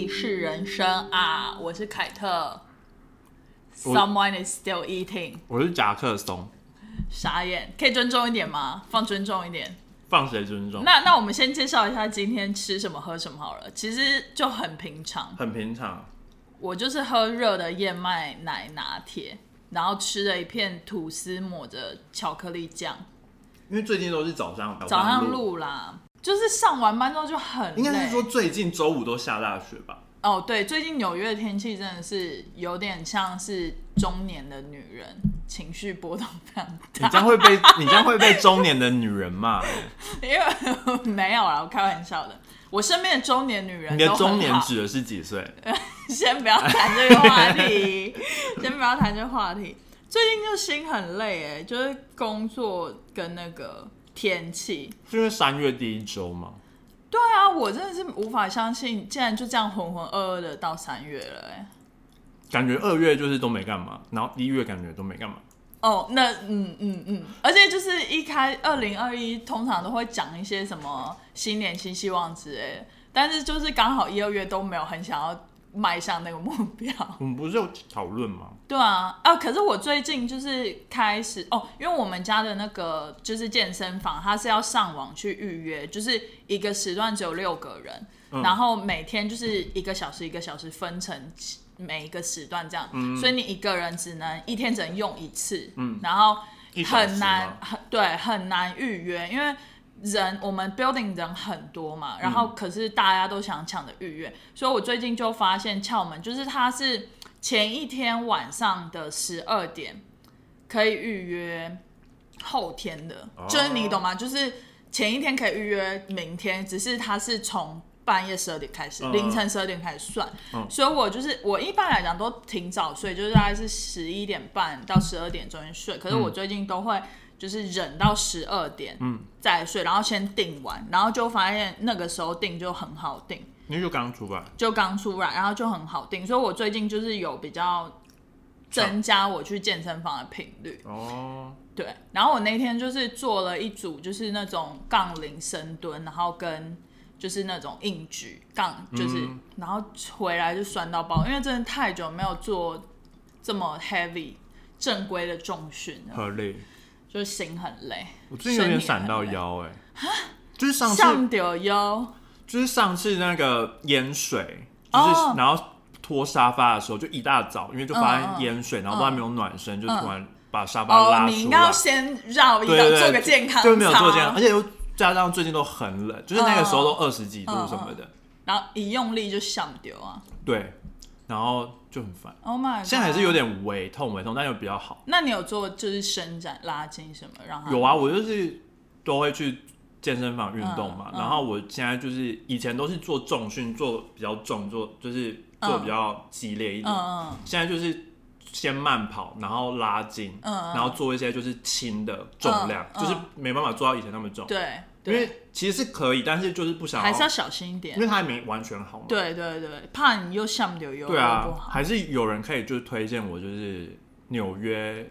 意识人生啊！我是凯特。Someone is still eating。 我是夹克松。 傻眼，可以尊重一点吗？放尊重一点。 放谁尊重？ 那我们先介绍一下今天吃什么喝什么好了。其实就很平常， 很平常。 我就是喝热的燕麦奶拿铁，然后吃了一片吐司抹着巧克力酱。 因为最近都是早上录啦，就是上完班之后就很累。 应该是说最近周五都下大雪吧？ 哦，对，最近纽约的天气真的是有点像是中年的女人，情绪波动非常大。 你这样会被中年的女人骂。 因为没有啦，我开玩笑的。我身边的中年女人都很好。 你的中年指的是几岁？ 先不要谈这个话题，先不要谈这个话题。最近就心很累就是工作跟那个天气。 是因为3月第一周吗？ 对啊，我真的是无法相信，竟然就这样浑浑噩噩的到3月了感觉2月就是都没干嘛，然后1月感觉都没干嘛。 哦，那而且就是一开2021通常都会讲一些什么新年新希望之类的，但是就是刚好1、2月都没有很想要迈向那个目标。 我们不是有讨论吗？ 对啊，可是我最近就是开始因为我们家的那个就是健身房，它是要上网去预约，就是一个时段只有6个人，然后每天就是1个小时1个小时分成每一个时段这样，所以你一个人一天只能用一次，然后很难很难预约，因为我们 building 人很多嘛，然后可是大家都想抢着预约，所以我最近就发现窍门，就是它是前一天晚上的12点可以预约后天的，就是你懂吗？就是前一天可以预约明天，只是它是从半夜12点开始，凌晨12点开始算，所以我一般来讲都挺早睡，就是大概是11点半到12点中间睡，可是我最近都会就是忍到12点再睡，然后先订完，然后就发现那个时候订就很好订， 因为就刚出来， 然后就很好订，所以我最近就是有比较增加我去健身房的频率。对，然后我那天就是做了一组就是那种杠铃深蹲，然后跟就是那种硬举就是然后回来就酸到爆，因为真的太久没有做这么 heavy 正规的重训了， 合理， 就心很累。 我最近有点闪到腰就是上次上到腰， 就是上次那个淹水，就是然后拖沙发的时候，就一大早，因为就发现淹水，然后都还没有暖身，就突然把沙发拉出来。 你应该要先绕一绕，做个健康操， 就没有做健康，而且又加上最近都很冷，就是那个时候都20几度什么的， 然后一用力就上丢啊。 对，然后就很烦。 Oh my god！ 现在还是有点微痛，但又比较好。 那你有做就是伸展、拉筋什么让它？ 有啊，我就是都会去健身房运动嘛，然后我现在就是以前都是做重训，做比较重，就是做比较激烈一点，现在就是先慢跑，然后拉筋，然后做一些就是轻的重量，就是没办法做到以前那么重。 对， 因为其实是可以，但是就是不想要， 还是要小心一点， 因为它还没完全好嘛。 对，怕你又上不了油， 对啊， 不好。 还是有人可以就是推荐我就是纽约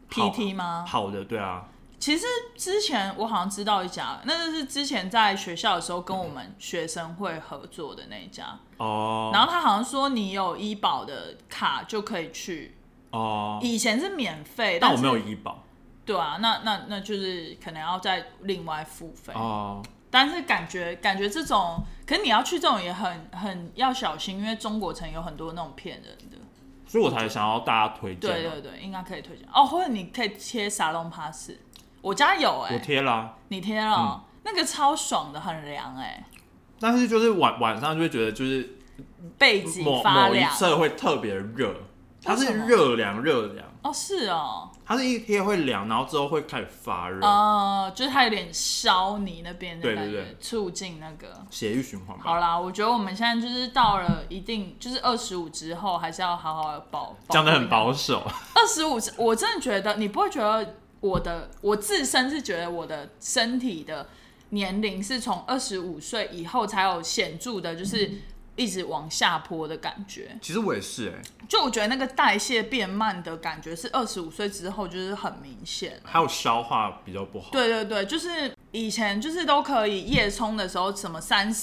PT 吗？ 好的，对啊。 其实之前我好像知道一家，那就是之前在学校的时候跟我们学生会合作的那一家然后他好像说你有医保的卡就可以去以前是免费， 但我没有医保。 对啊，那就是可能要再另外付费但是感觉这种，可是你要去这种也很要小心，因为中国城有很多那种骗人的， 所以我才想要大家推荐。 对，应该可以推荐或者你可以贴沙龙 pass， 我家有我贴了你贴了那个超爽的，很凉但是就是晚上就会觉得就是背脊发凉， 某一侧会特别热，它是热凉是它是一贴会凉，然后之后会开始发热就是它有点烧你那边的感觉， 对， 促进那个血液循环吧。 好啦，我觉得我们现在就是到了一定就是25之后，还是要好好的保讲得很保守。 25，我真的觉得你不会觉得我自身是觉得我的身体的年龄是从25岁以后才有显著的，就是一直往下坡的感觉。 其实我也是就我觉得那个代谢变慢的感觉是25岁之后就是很明显， 还有消化比较不好。 对对对，就是以前就是都可以夜冲的时候，什么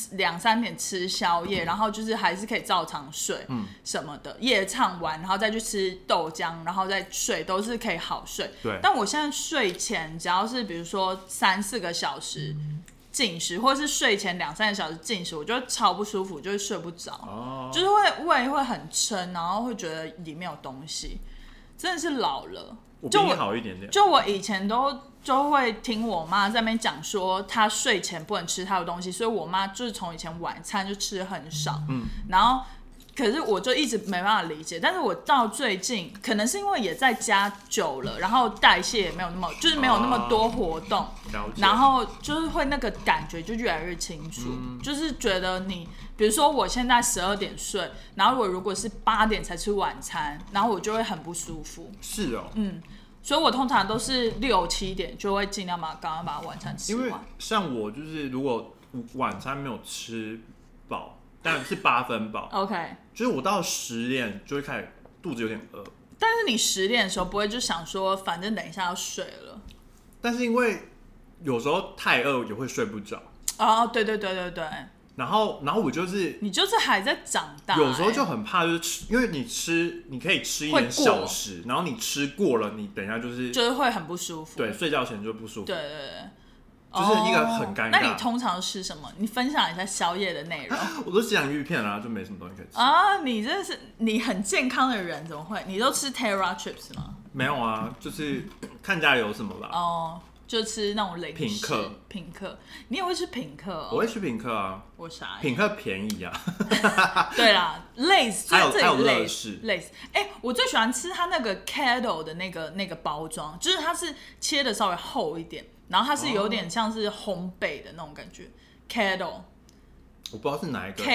2、3点吃宵夜，然后就是还是可以照常睡，什么的，夜唱完然后再去吃豆浆，然后再睡，都是可以好睡。 对， 但我现在睡前只要是比如说3-4个小时。进食，或是睡前2-3个小时进食，我就会超不舒服，就会睡不着，就是胃会很撑，然后会觉得里面有东西，真的是老了。 我比你好一点点。 就我以前就会听我妈在那边讲说，她睡前不能吃她的东西，所以我妈就是从以前晚餐就吃很少，然后。可是我就一直没办法理解，但是我到最近可能是因为也在家久了，然后代谢也没有那么，就是没有那么多活动，然后就是会那个感觉就越来越清楚，就是觉得你，比如说我现在12点睡，然后我如果是8点才吃晚餐，然后我就会很不舒服。 是哦， 所以我通常都是6-7点就会尽量赶快把晚餐吃完。 因为像我就是如果晚餐没有吃饱。但是8分饱 ，OK， 就是我到10点就会开始肚子有点饿。 但是你10点的时候不会就想说，反正等一下要睡了。 但是因为有时候太饿也会睡不着。 对对对对对。 然后我就是你就是还在长大， 有时候就很怕，就是因为你可以吃1点小时，然后你吃过了，你等一下就是会很不舒服。 对，睡觉前就不舒服。 对对对。 就是一个很尴尬。 那你通常吃什么？你分享一下宵夜的内容。 我都吃洋芋片啊，就没什么东西可以吃你真的是你很健康的人，怎么会？你都吃 Terra Chips 吗？ 没有啊，就是看家里有什么吧。 就吃那种零食。 品客，你也会吃品客？ 我会吃品客啊。 我傻眼。 品客便宜啊。 对啦，Lays 还有乐事。 Lays，我最喜欢吃它那个 Kettle 的那个包裝，就是它是切的稍微厚一点。然后它是有点像是烘焙的那种感觉 ，Kettle， 我不知道是哪一个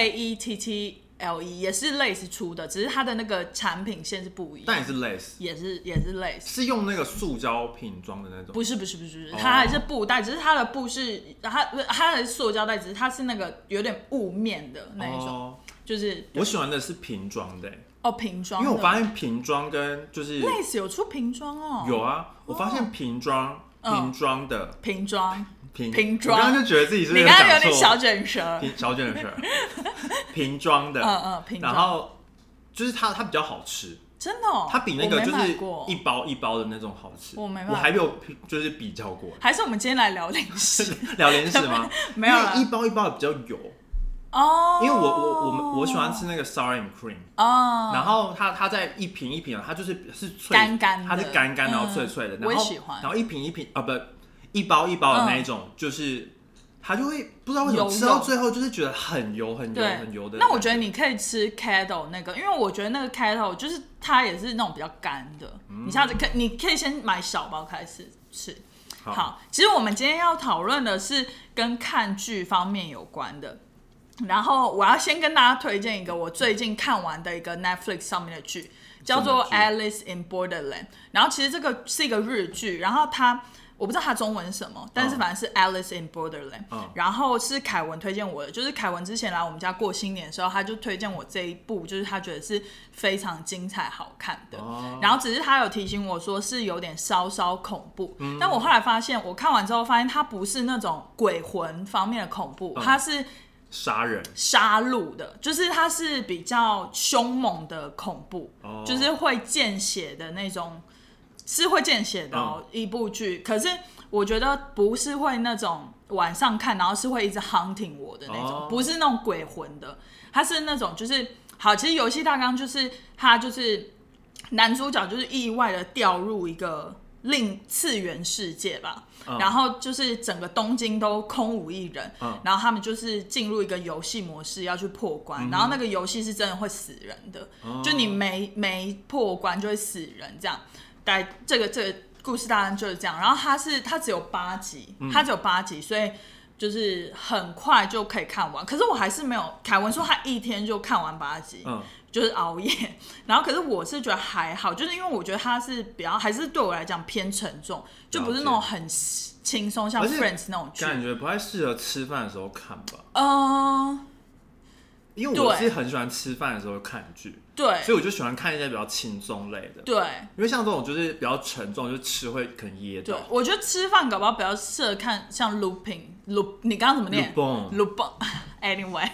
，KETTLE 也是类似出的，只是它的那个产品线是不一样， 但也是类似， 也是类似， 是用那个塑胶瓶装的那种， 不是，它还是布袋，只是它的布是它的塑胶袋，只是它是那个有点雾面的那一种，就是我喜欢的是瓶装的。 瓶装， 因为我发现瓶装跟就是类似有出瓶装哦， 有啊，我发现瓶装的瓶装， 我刚刚就觉得自己是你刚刚有点小卷舌， 瓶装的，然后就是它比较好吃， 真的哦， 它比那个就是一包一包的那种好吃， 我还没有就是比较过， 还是我们今天来聊零食， 聊零食吗？ 没有啦， 一包一包的比较油。因为我喜欢吃那个 sour and cream，然后它在一瓶一瓶，它是脆干干的， 它是干干然后脆脆的， 我也喜欢。 然后一瓶一瓶一包一包的那一种，就是它就会不知道为什么吃到最后就是觉得很油很油很油的。 那我觉得你可以吃 Kettle 那个，因为我觉得那个 Kettle 就是它也是那种比较干的，你下次你可以先买小包开始吃。好，其实我们今天要讨论的是跟看剧方面有关的。然后我要先跟大家推荐一个我最近看完的一个 Netflix 上面的剧，叫做 Alice in Borderland。然后其实这个是一个日剧，然后我不知道它中文是什么，但是反正是 Alice in Borderland。然后是凯文推荐我的，就是凯文之前来我们家过新年的时候，他就推荐我这一部，就是他觉得是非常精彩好看的。然后只是他有提醒我说是有点稍稍恐怖，但我后来发现，我看完之后发现它不是那种鬼魂方面的恐怖，它是杀戮的，就是它是比较凶猛的恐怖，就是会见血的那种，是会见血的一部剧。可是我觉得不是会那种晚上看，然后是会一直 hunting 我的那种，不是那种鬼魂的，它是那种就是好。其实游戏大纲就是他就是男主角就是意外的掉入一个另次元世界吧。然后就是整个东京都空无一人，然后他们就是进入一个游戏模式要去破关，然后那个游戏是真的会死人的，就你没破关就会死人这样。这个故事大概就是这样。然后它只有8集，所以就是很快就可以看完。可是我还是没有，凯文说他1天就看完8集，就是熬夜。然后可是我是觉得还好，就是因为我觉得它是比较还是对我来讲偏沉重，就不是那种很轻松像 Friends 那种剧， 感觉不太适合吃饭的时候看吧。 因为我是很喜欢吃饭的时候看剧， 对， 所以我就喜欢看一些比较轻松类的。 对， 因为像这种就是比较沉重，就吃会可能噎到。 对，我觉得吃饭搞不好比较适合看像 Looping， 你刚刚怎么念 ？Lupin anyway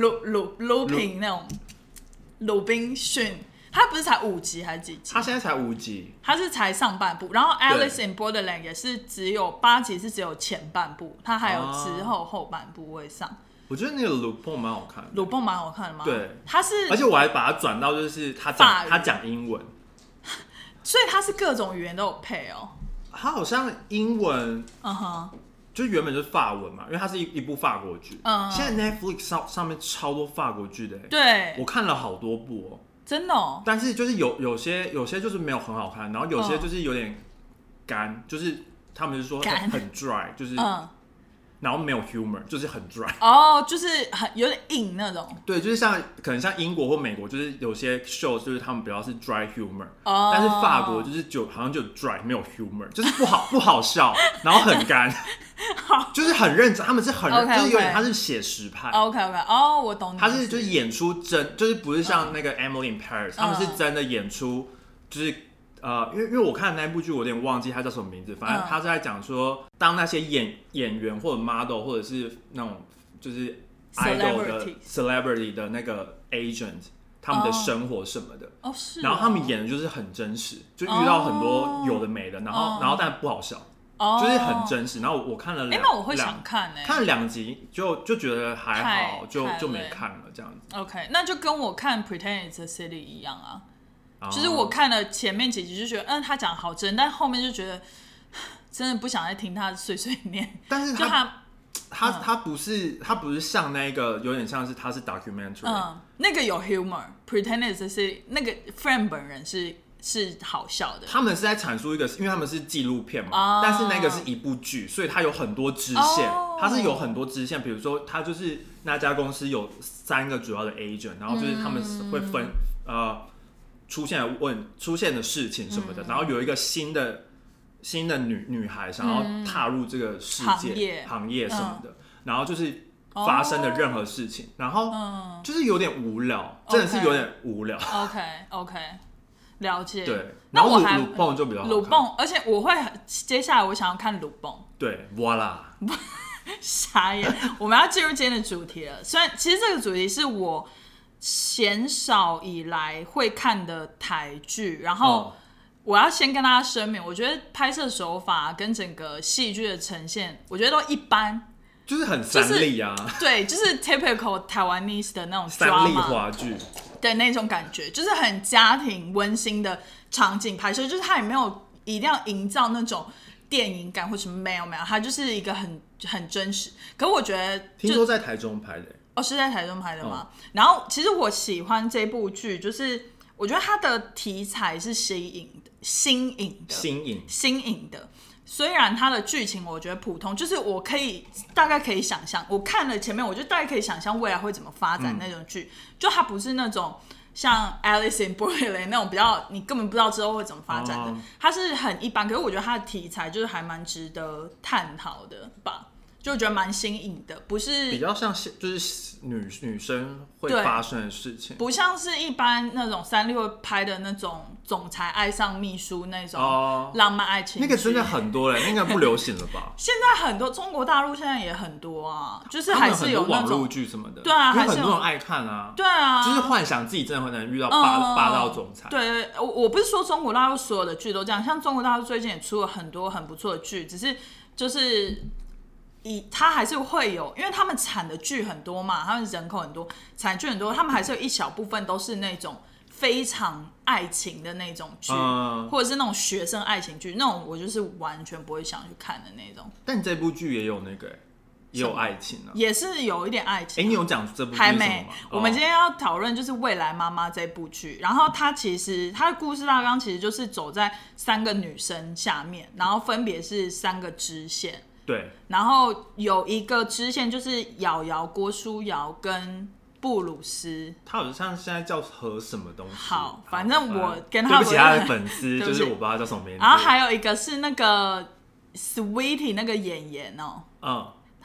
Lupin 那种鲁滨逊。他不是才5集还是几集？ 他现在才5集， 他是才上半部。然后 Alice in Borderland 也是只有8集，是只有前半部，他还有之后后半部会上。 我觉得那个鲁蹦蛮好看的， 鲁蹦蛮好看的吗？ 对， 他是， 而且我还把它转到就是他讲英文， 所以他是各种语言都有配哦。 他好像英文，就原本就是法文嘛，因为它是一部法国剧。现在 Netflix 上面超多法国剧的， 对， 我看了好多部哦。 真的哦， 但是就是有些就是没有很好看，然后有些就是有点干，就是他们就说很 dry， 就是然后没有 humor， 就是很 dry。 哦，就是很有点硬那种。 对，就是可能像英国或美国，就是有些 show 就是他们比较是 dry humor，但是法国就是好像就 dry 没有 humor， 就是不好笑，然后很干。就是很认真，他们是很就是有点他是写实派。 OK， 哦，我懂你。 他是就是演出就是不是像那个 Emily in Paris，他们是真的演出，就是因为我看的那部剧，我有点忘记它叫什么名字，反正他是在讲说，当那些演员或者 model 或者是那种就是 idol 的 celebrity 的那个 agent， 他们的生活什么的。 哦，是。 然后他们演的就是很真实，就遇到很多有的没的，然后但不好笑。就是很真实，然后我看了那我会想看看了2集就觉得还好，就没看了这样子。 OK， 那就跟我看 Pretend It's a City 一样啊，就是我看了前面几集就觉得，他讲好真，但后面就觉得真的不想再听他碎碎念。 但是他不是像那个有点像是他是 documentary， 那个有 humor，Pretend It's a City 那个 Friend 本人是好笑的， 他们是在阐述一个，因为他们是纪录片嘛，但是那个是一部剧，所以它有很多支线，它是有很多支线，比如说它就是那家公司有3个主要的 agent， 然后就是他们会分出现的事情什么的，然后有一个新的女孩想要踏入这个世界行业什么的，然后就是发生的任何事情，然后就是有点无聊，真的是有点无聊。 OK。了解， 对，然后鲁蹦就比较好看， 鲁蹦，而且我会接下来我想要看鲁蹦， 对，哇啦， 傻眼，我们要进入今天的主题了。虽然其实这个主题是我鲜少以来会看的台剧，然后我要先跟大家声明，我觉得拍摄手法跟整个戏剧的呈现，我觉得都一般。 就是很三立啊， 对，就是 typical Taiwanese 的那种三立华剧的那种感觉，就是很家庭温馨的场景拍摄，就是它也没有一定要营造那种电影感或什么，没有，它就是一个很真实。可我觉得， 听说在台中拍的， 是在台中拍的吗？然后其实我喜欢这部剧，就是我觉得它的题材是新颖的。虽然它的剧情我觉得普通，就是我大概可以想象，我看了前面，我就大概可以想象未来会怎么发展那种剧，就它不是那种像 Alice in Borderland 那种比较你根本不知道之后会怎么发展的，它是很一般，可是我觉得它的题材就是还蛮值得探讨的吧。就觉得蛮新颖的，不是比较像就是女生会发生的事情， 不像是一般那种3立会拍的那种总裁爱上秘书那种浪漫爱情剧， 那个真的很多人，那个不流行了吧？ 现在很多中国大陆现在也很多啊，就是还是有那种网络剧什么的， 对啊， 还是很多人爱看啊， 对啊， 就是幻想自己真的会能遇到霸道总裁。 对，我不是说中国大陆所有的剧都这样，像中国大陆最近也出了很多很不错的剧，只是就是它还是会有，因为他们产的剧很多嘛，他们人口很多，产剧很多，他们还是有一小部分都是那种非常爱情的那种剧，或者是那种学生爱情剧，那种我就是完全不会想去看的那种。 但这部剧也有也有爱情啊， 也是有一点爱情。 你有讲这部剧还没？我们今天要讨论就是《未来妈妈》这部剧，然后它的故事大纲其实就是走在3个女生下面，然后分别是3个支线。 对， 然后有一个支线就是瑶瑶、郭书瑶跟布鲁斯， 他好像现在叫何什么东西。 好，反正我跟他对不起他的粉丝，就是我不知道他叫什么名字。 然后还有一个是那个 Sweetie 那个演员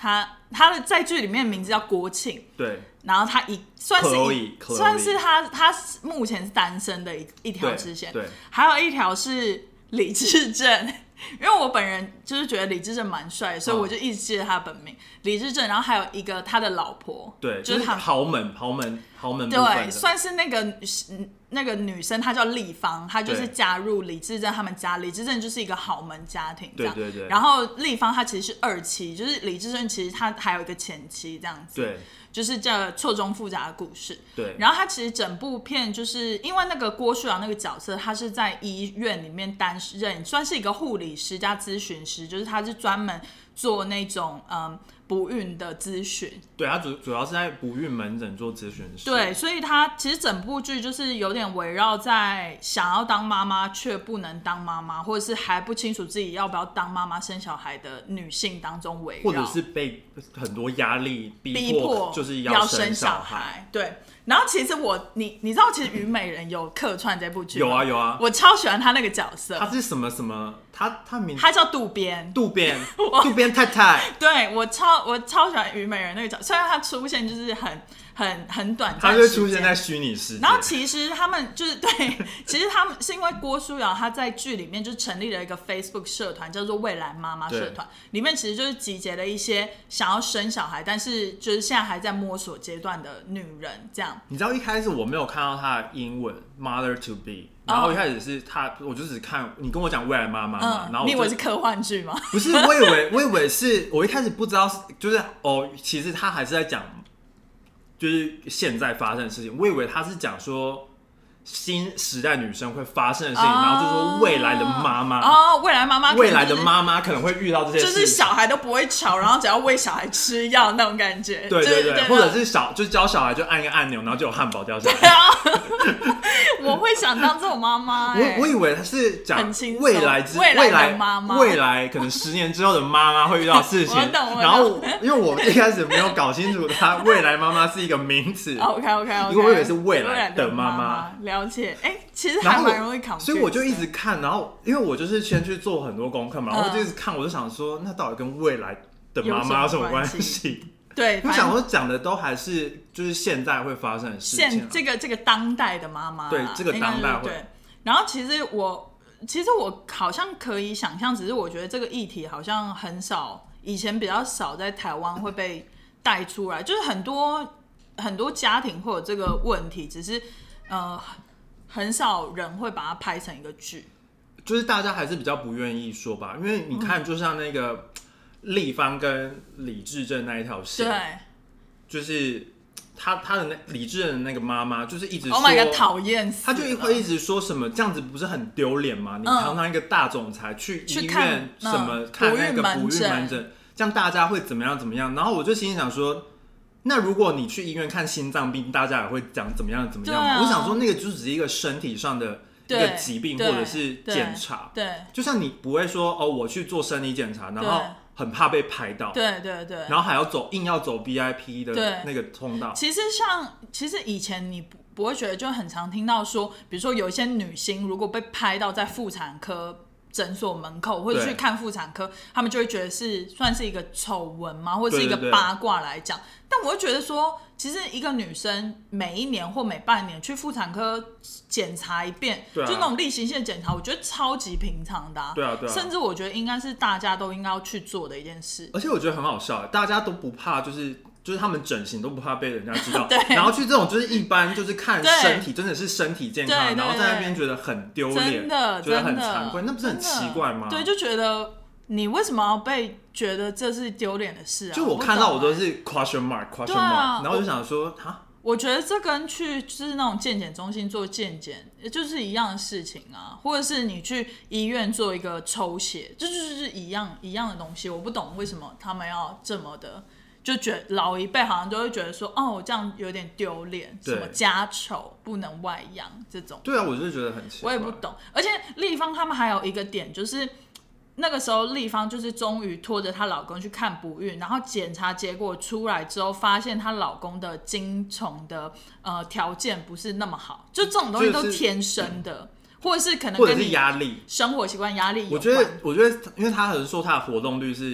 他的在剧里面名字叫郭庆， 对， 然后他算是他目前是单身的一条支线， 对， 还有一条是李志正，因为我本人就是觉得李志正蛮帅的，所以我就一直记得他的本名李志正，然后还有一个他的老婆， 对， 就是他豪门部分的， 对，算是那个女生，她叫丽芳，她就是加入李志正他们家，李志正就是一个豪门家庭这样， 对。 然后丽芳她其实是二妻，就是李志正其实他还有一个前妻这样子， 对， 就是这错综复杂的故事。 对， 然后他其实整部片就是因为那个郭书瑶那个角色，他是在医院里面担任算是一个护理师加咨询师，就是他是专门做那种不孕的咨询。 对，他主要是在不孕门诊做咨询师。 对，所以他其实整部剧就是有点围绕在想要当妈妈却不能当妈妈，或者是还不清楚自己要不要当妈妈生小孩的女性当中围绕， 或者是被很多压力逼迫就是要生小孩。对，然后其实你知道，其实虞美人有客串这部剧吗？ 有啊， 我超喜欢她那个角色。 她是什么？她名她叫渡边太太。 对，我超喜欢虞美人那个角色，虽然她出现就是很短暂， 她就会出现在虚拟世界。 然后其实他们就是对，其实他们是因为郭书瑶她在剧里面就成立了一个 Facebook 社团，叫做未来妈妈社团，里面其实就是集结了一些想要生小孩，但是就是现在还在摸索阶段的女人这样。 你知道一开始我没有看到她的英文 Mother to be， 然后一开始是我就只看你跟我讲未来妈妈嘛，然后你以为是科幻剧吗？ 不是，我以为是，我一开始不知道就是其实他还是在讲就是现在发生的事情，我以为他是讲说新时代女生会发生的事情，然后就说未来的妈妈未来妈妈， 未来的妈妈可能会遇到这些事情， 就是小孩都不会吵，然后只要喂小孩吃药那种感觉。 对，或者是就是教小孩就按一个按钮，然后就有汉堡掉下来。 对啊，我会想当这种妈妈。 我以为他是讲未来的妈妈， 未来可能10年之后的妈妈会遇到事情。 我懂。 然后因为我一开始没有搞清楚，他未来妈妈是一个名词。 OK， 因为我以为是未来的妈妈。 了解，其实还蛮容易 confuse， 所以我就一直看，然后因为我就是先去做很多功课嘛，然后我就一直看，我就想说，那到底跟未来的妈妈有什么关系？ 对， 我想说讲的都还是就是现在会发生的事情， 这个当代的妈妈， 对，这个当代会。 对，然后其实我好像可以想象，只是我觉得这个议题好像很少，以前比较少在台湾会被带出来，就是很多家庭会有这个问题，只是很少人会把它拍成一个剧， 就是大家还是比较不愿意说吧，因为你看，就像那个丽芳跟李志正那一条线， 对， 就是他的李志正的那个妈妈，就是一直说 ，Oh my god， 讨厌死了， 他就会一直说什么这样子不是很丢脸吗？你堂堂一个大总裁去医院什么看那个不孕门诊，这样大家会怎么样？然后我就心里想说，那如果你去医院看心脏病，大家也会讲怎么样？我想说，那个就只是一个身体上的一个疾病或者是检查， 对，就像你不会说我去做生理检查，然后很怕被拍到， 对， 然后还要硬要走 VIP 的那个通道。 其实以前你不会觉得，就很常听到说，比如说有一些女星如果被拍到在妇产科诊所门口或者去看妇产科，他们就会觉得算是一个丑闻嘛，或者是一个八卦来讲。但我会觉得说，其实一个女生每一年或每半年去妇产科检查一遍，就那种例行性的检查，我觉得超级平常的。 对啊， 甚至我觉得应该是大家都应该要去做的一件事。 而且我觉得很好笑，大家都不怕，就是他们整形都不怕被人家知道，然后去这种就是一般就是看身体，真的是身体健康，然后在那边觉得很丢脸，觉得很惭愧，那不是很奇怪吗？ 对，就觉得你为什么要被觉得这是丢脸的事啊？ 就我看到我都是 question mark， 然后我就想说我觉得这跟去就是那种健检中心做健检就是一样的事情啊，或者是你去医院做一个抽血，就是一样的东西。我不懂为什么他们要这么的。就觉得老一辈好像都会觉得说，这样有点丢脸，什么家丑不能外扬这种。 对啊，我就觉得很奇怪。 我也不懂。而且丽芳他们还有一个点，就是那个时候丽芳就是终于拖着她老公去看不孕，然后检查结果出来之后，发现她老公的精虫的条件不是那么好，就这种东西都天生的。或者是可能跟你压力、 生活习惯压力有关。 我觉得，因为他可能说他的活动率是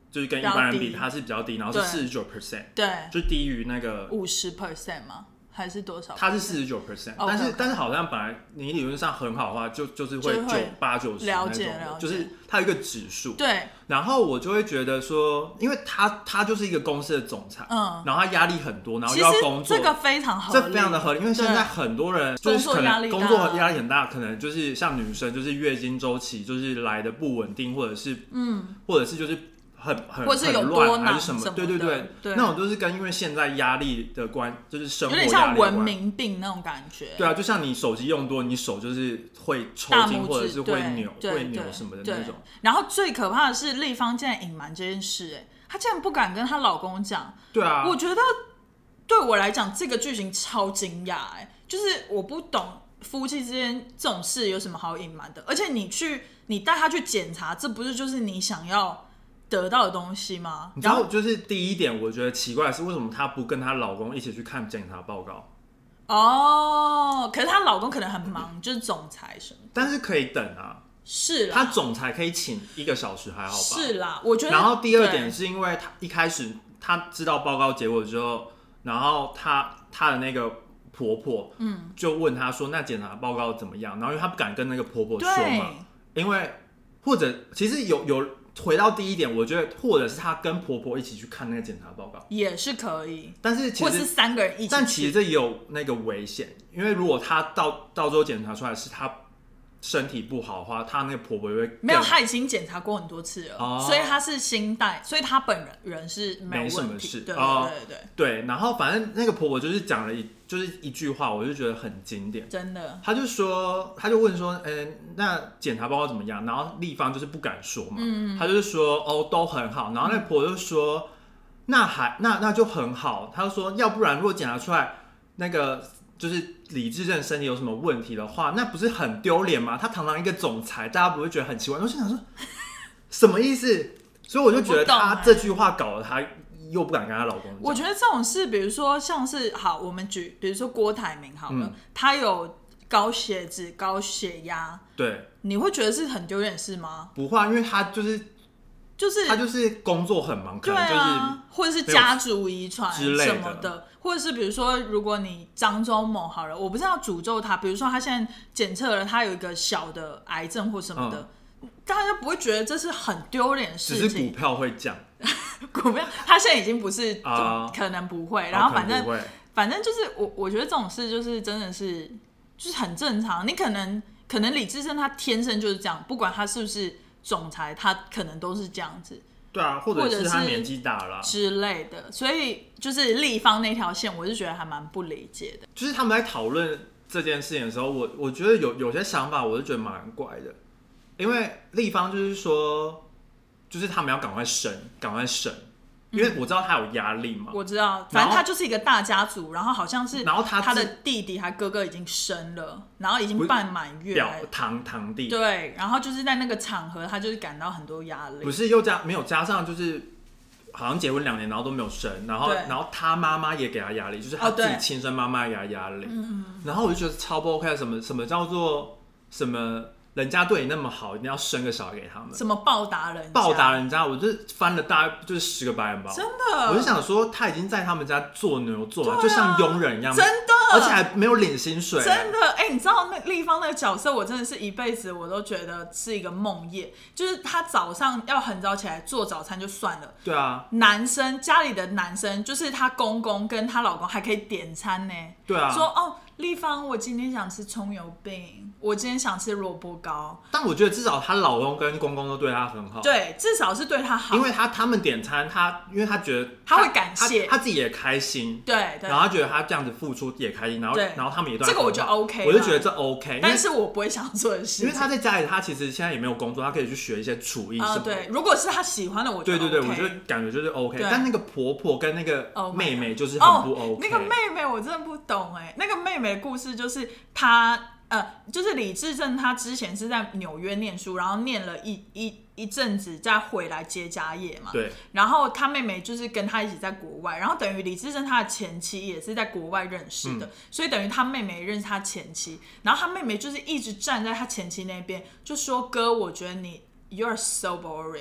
就是跟一般人比，它是比较低，然后是49%， 对， 就低于那个 50%吗？还是多少？ 它是49%，但是好像本来你理论上很好的话，就是会8-90那种的，就是它有一个指数。 对。 然后我就会觉得说，因为他就是一个公司的总裁，然后他压力很多，然后又要工作， 这个非常合理， 这非常的合理，因为现在很多人就是可能工作压力很大，可能就是像女生就是月经周期就是来的不稳定，或者是就是或者是有乱还是什么， 对，那种就是跟因为现在压力的就是生活压力有点像文明病那种感觉。 对啊，就像你手机用多，你手就是会抽筋或者是会扭什么的那种。 然后最可怕的是立方竟然隐瞒这件事，她竟然不敢跟她老公讲。对啊， 我觉得对我来讲这个剧情超惊讶，就是我不懂夫妻之间这种事有什么好隐瞒的，而且你带他去检查，这不是就是你想要得到的东西吗？ 然后就是第一点，我觉得奇怪的是，为什么她不跟她老公一起去看检查报告？ 可是她老公可能很忙，就是总裁什么的。 但是可以等啊。 是啦， 她总裁可以请1个小时还好吧？ 是啦，我觉得。 然后第二点是因为她一开始她知道报告结果之后，然后她的那个婆婆就问她说：“那检查报告怎么样？”然后因为她不敢跟那个婆婆说嘛，因为或者其实有。回到第一点，我觉得或者是她跟婆婆一起去看那个检查报告也是可以， 但是其实或是3个人一起去， 但其实这也有那个危险，因为如果她到最后检查出来是她身体不好的话，她那个婆婆会没有，她已经检查过很多次了，所以她是新带，所以她本人是没什么事， 对，然后反正那个婆婆就是讲了一句话，我就觉得很经典， 真的。 她就问说，那检查报告怎么样？然后立方就是不敢说嘛，她就是说都很好。然后那个婆婆就说，那就很好。她就说，要不然如果检查出来那个就是李智正身体有什么问题的话，那不是很丢脸吗？他堂堂一个总裁，大家不会觉得很奇怪？我心想说，什么意思？所以我就觉得她这句话搞得她又不敢跟她老公讲。 我觉得这种事，比如说像是好，我们比如说郭台铭好了，他有高血脂、高血压， 对， 你会觉得是很丢脸的事吗？ 不会，因为他就是他就是工作很忙，可能就是或者是家族遗传什么的， 或者是比如说，如果你张忠谋好了，我不是要诅咒他，比如说他现在检测了他有一个小的癌症或什么的，大家不会觉得这是很丢脸的事情。 只是股票会降， 股票他现在已经不是，可能不会。然后反正就是我觉得这种事就是真的是就是很正常。你可能李智胜他天生就是这样，不管他是不是总裁，他可能都是这样子。 对啊，或者是他年纪大了之类的，所以就是立方那条线，我是觉得还蛮不理解的。 就是他们在讨论这件事情的时候，我觉得有些想法，我是觉得蛮怪的，因为立方就是说，就是他们要赶快生，因为我知道他有压力嘛。 我知道，反正他就是一个大家族，然后好像是，然后他的弟弟还哥哥已经生了，然后已经半满月， 堂弟。 对，然后就是在那个场合，他就是感到很多压力。 不是没有加上就是好像结婚2年，然后都没有生，然后他妈妈也给他压力，就是他自己亲生妈妈也给他压力。然后我就觉得超不 OK， 什么叫做什么？人家对你那么好，一定要生个小孩给他们？ 什么报答人家？ 我就翻了大概就是10个白眼包。 真的， 我就想说，他已经在他们家做牛做马，就像佣人一样。 真的， 而且还没有领薪水。 真的，你知道那立方那个角色，我真的是一辈子我都觉得是一个梦魇。就是他早上要很早起来做早餐就算了， 对啊， 家里的男生就是他公公跟他老公还可以点餐呢。 对啊， 说立方，我今天想吃葱油饼，我今天想吃萝卜糕。 但我觉得至少她老公跟公公都对她很好。 对，至少是对她好。 因为他们点餐，因为他觉得他会感谢， 他自己也开心。 对， 然后他觉得他这样子付出也开心，然后他们也对他这个我觉得 OK， 我就觉得这 OK。 但是我不会想做的事情， 因为他在家里，他其实现在也没有工作，他可以去学一些厨艺什么的。 对，如果是他喜欢的，我觉得 OK。 对，我就感觉就是 OK。但那个婆婆跟那个妹妹就是很不 OK。 那个妹妹我真的不懂那个妹妹的故事就是她就是李智正他之前是在纽约念书，然后念了一阵子再回来接家业嘛。 对。 然后他妹妹就是跟他一起在国外，然后等于李智正他的前妻也是在国外认识的，所以等于他妹妹认识他前妻，然后他妹妹就是一直站在他前妻那边，就说哥，我觉得你 you're so boring。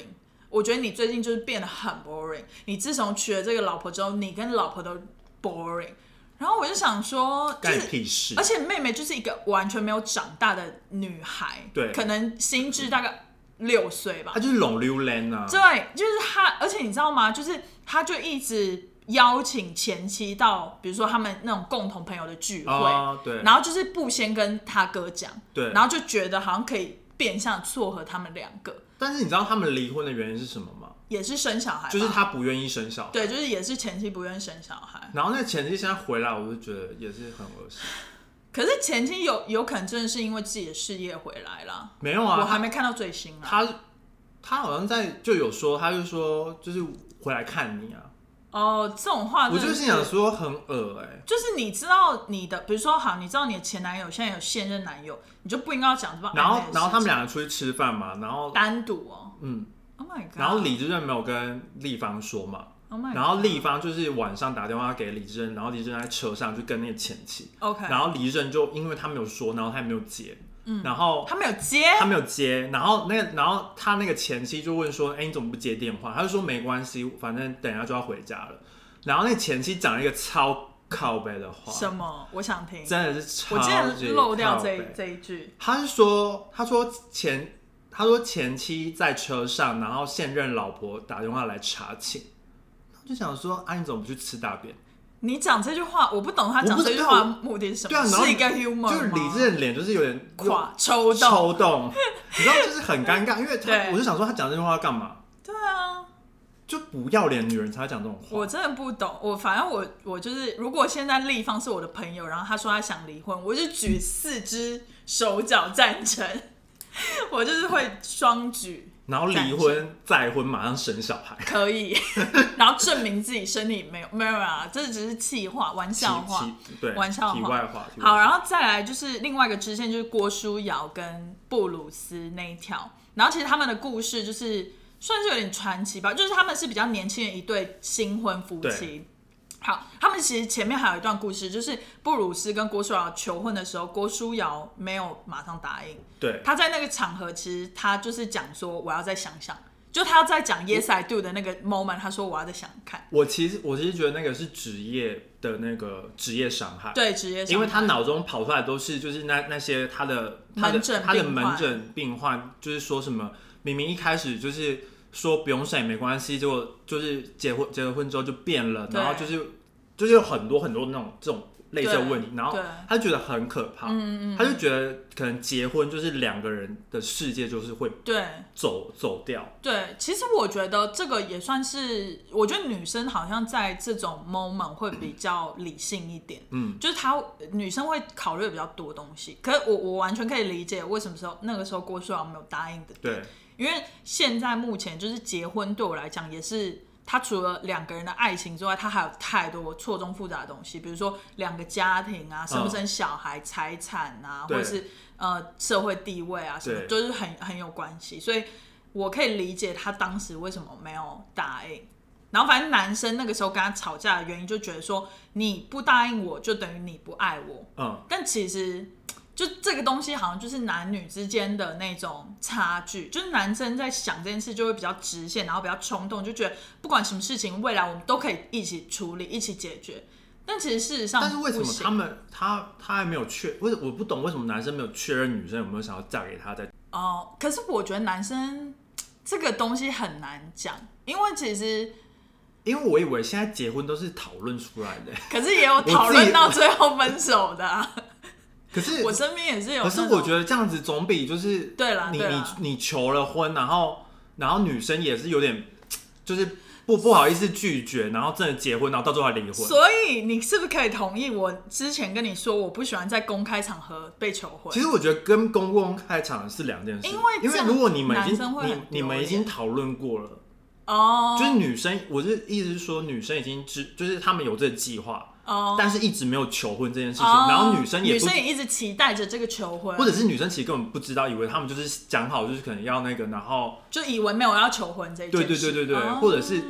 我觉得你最近就是变得很 boring， 你自从娶了这个老婆之后，你跟老婆都 boring。然后我就想说， 干你屁事！ 而且妹妹就是一个完全没有长大的女孩， 对， 可能心智大概6岁吧。 她就是拢溜人啊。 对，就是她，而且你知道吗？就是她就一直邀请前妻到，比如说他们那种共同朋友的聚会， 对， 然后就是不先跟他哥讲， 对， 然后就觉得好像可以变相撮合他们2个。 但是你知道他们离婚的原因是什么吗？ 也是生小孩， 就是他不愿意生小孩。 对，就是也是前妻不愿意生小孩。 然后那个前妻现在回来，我就觉得也是很恶心。 可是前妻有可能真的是因为自己的事业回来了。 没有啊， 我还没看到最新啊。 他好像就有说，他就说就是回来看你啊。 哦，这种话我就心想说很恶就是你知道你的，比如说好，你知道你的前男友现在有现任男友，你就不应该要讲这么。 然后他们2个出去吃饭嘛，然后单独哦。Oh my god！ 然后李智任没有跟立方说嘛。 Oh my god！ 然后立方就是晚上打电话给李智任，然后李智任在车上就跟那个前妻。 OK。 然后李智任就因为他没有说，然后他也没有接。然后他没有接， 然后他那个前妻就问说：“你怎么不接电话？”他就说：“没关系，反正等一下就要回家了。”然后那个前妻讲了一个超靠北的话。 什么？我想听。 真的是超级靠北。 我竟然漏掉这一句。 他说前妻在车上，然后现任老婆打电话来查寝，就想说：“你怎么不去吃大便？” 你讲这句话，我不懂他讲这句话的目的是什么？ 对啊， 是一个 humor 吗？ 就是李智的脸就是有点抽动，你知道，就是很尴尬，因为我就想说他讲这句话要干嘛？ 对啊， 就不要脸女人才会讲这种话。 我真的不懂，反正我就是，如果现在立方是我的朋友，然后他说他想离婚，我就举4只手脚赞成，我就是会双举。 然后离婚再婚，马上生小孩， 可以，然后证明自己身体没有啊，这只是气话，玩笑话， 对， 玩笑话。 题外话。 好，然后再来就是另外一个支线，就是郭书瑶跟布鲁斯那一条。然后其实他们的故事就是算是有点传奇吧，就是他们是比较年轻的一对新婚夫妻。好，他们其实前面还有一段故事，就是布鲁斯跟郭书瑶求婚的时候，郭书瑶没有马上答应。 对， 他在那个场合，其实他就是讲说我要再想想，就他在讲 Yes I Do 的那个 moment， 他说我要再想看。 我其实觉得那个是职业的那个职业伤害， 对，职业伤害， 因为他脑中跑出来都是就是那些他的门诊病患，就是说什么明明一开始就是说不用生也没关系，结果就是结了婚之后就变了，然后就是有很多很多那种这种类似的问题，然后他就觉得很可怕，他就觉得可能结婚就是2个人的世界就是会走掉。 对，其实我觉得这个也算是，我觉得女生好像在这种 moment 会比较理性一点，就是女生会考虑比较多东西。可是我完全可以理解为什么那个时候郭书瑶没有答应的点， 对， 因为现在目前就是结婚对我来讲也是。他除了2个人的爱情之外，他还有太多错综复杂的东西，比如说2个家庭啊，生不生小孩、财产啊，或者是社会地位啊，什么都是很有关系。所以我可以理解他当时为什么没有答应。然后反正男生那个时候跟他吵架的原因，就觉得说你不答应我，就等于你不爱我。但其实。就这个东西好像就是男女之间的那种差距，就是男生在想这件事就会比较直线，然后比较冲动，就觉得不管什么事情，未来我们都可以一起处理、一起解决。但其实事实上， 但是为什么他还没有我不懂为什么男生没有确认女生有没有想要嫁给他在可是我觉得男生这个东西很难讲，因为我以为现在结婚都是讨论出来的， 可是也有讨论到最后分手的啊。 可是我身边也是有， 可是我觉得这样子总比就是对啦， 你求了婚，然后女生也是有点就是不好意思拒绝，然后真的结婚，然后到最后还离婚。 所以你是不是可以同意我之前跟你说，我不喜欢在公开场合被求婚？ 其实我觉得跟公开场合是2件事，因为如果你们已经讨论过了，就是女生，我是意思是说女生已经就是他们有这个计划。但是一直没有求婚这件事情，然后女生也一直期待着这个求婚， 或者是女生其实根本不知道，以为他们就是讲好，就是可能要那个，然后就以为没有要求婚这一件事。 对，或者是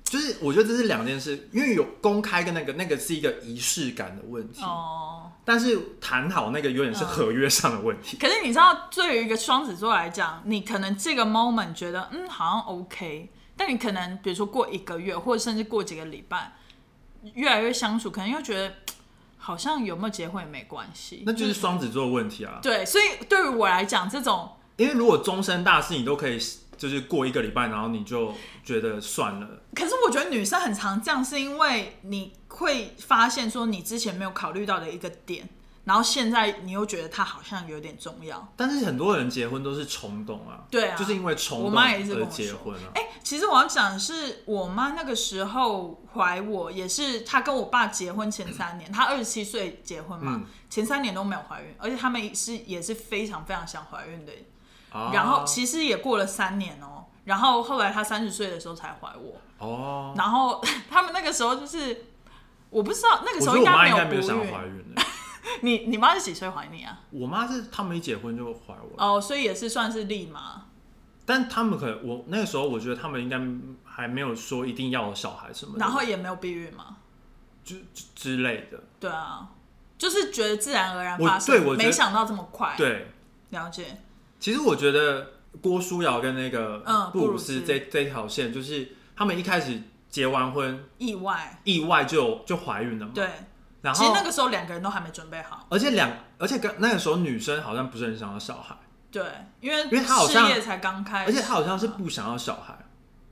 就是我觉得这是两件事，因为有公开跟那个是一个仪式感的问题。但是谈好那个有点是合约上的问题。 可是你知道，对于一个双子座来讲，你可能这个 moment 觉得好像 OK， 但你可能比如说过1个月，或者甚至过几个礼拜，越来越相处，可能又觉得好像有没有结婚也没关系。 那就是双子座的问题啊。 对，所以对于我来讲，这种因为如果终身大事你都可以。就是过1个礼拜，然后你就觉得算了。 可是我觉得女生很常这样，是因为你会发现说你之前没有考虑到的一个点，然后现在你又觉得它好像有点重要。 但是很多人结婚都是冲动啊， 对啊， 就是因为冲动而结婚啊。 其实我要讲的是，我妈那个时候怀我，也是她跟我爸结婚前3年，她27岁结婚嘛，前3年都没有怀孕，而且他们也是非常非常想怀孕的。然后其实也过了3年然后后来他30岁的时候才怀我然后他们那个时候就是我不知道那个时候应该没有不孕。我觉得我妈应该没有想怀孕的。你妈是几岁怀你啊？ 我妈是他们一结婚就怀我所以也是算是立马。 但他们可能我那个时候我觉得他们应该还没有说一定要有小孩什么的， 然后也没有避孕嘛， 之类的。 对啊，就是觉得自然而然发生，没想到这么快。 对， 了解。 其实我觉得郭书瑶跟那个布鲁斯这条线，就是他们一开始结完婚，意外就怀孕了嘛。 对， 然后其实那个时候2个人都还没准备好， 而且那个时候女生好像不是很想要小孩。 对，因为她好像事业才刚开始， 而且她好像是不想要小孩。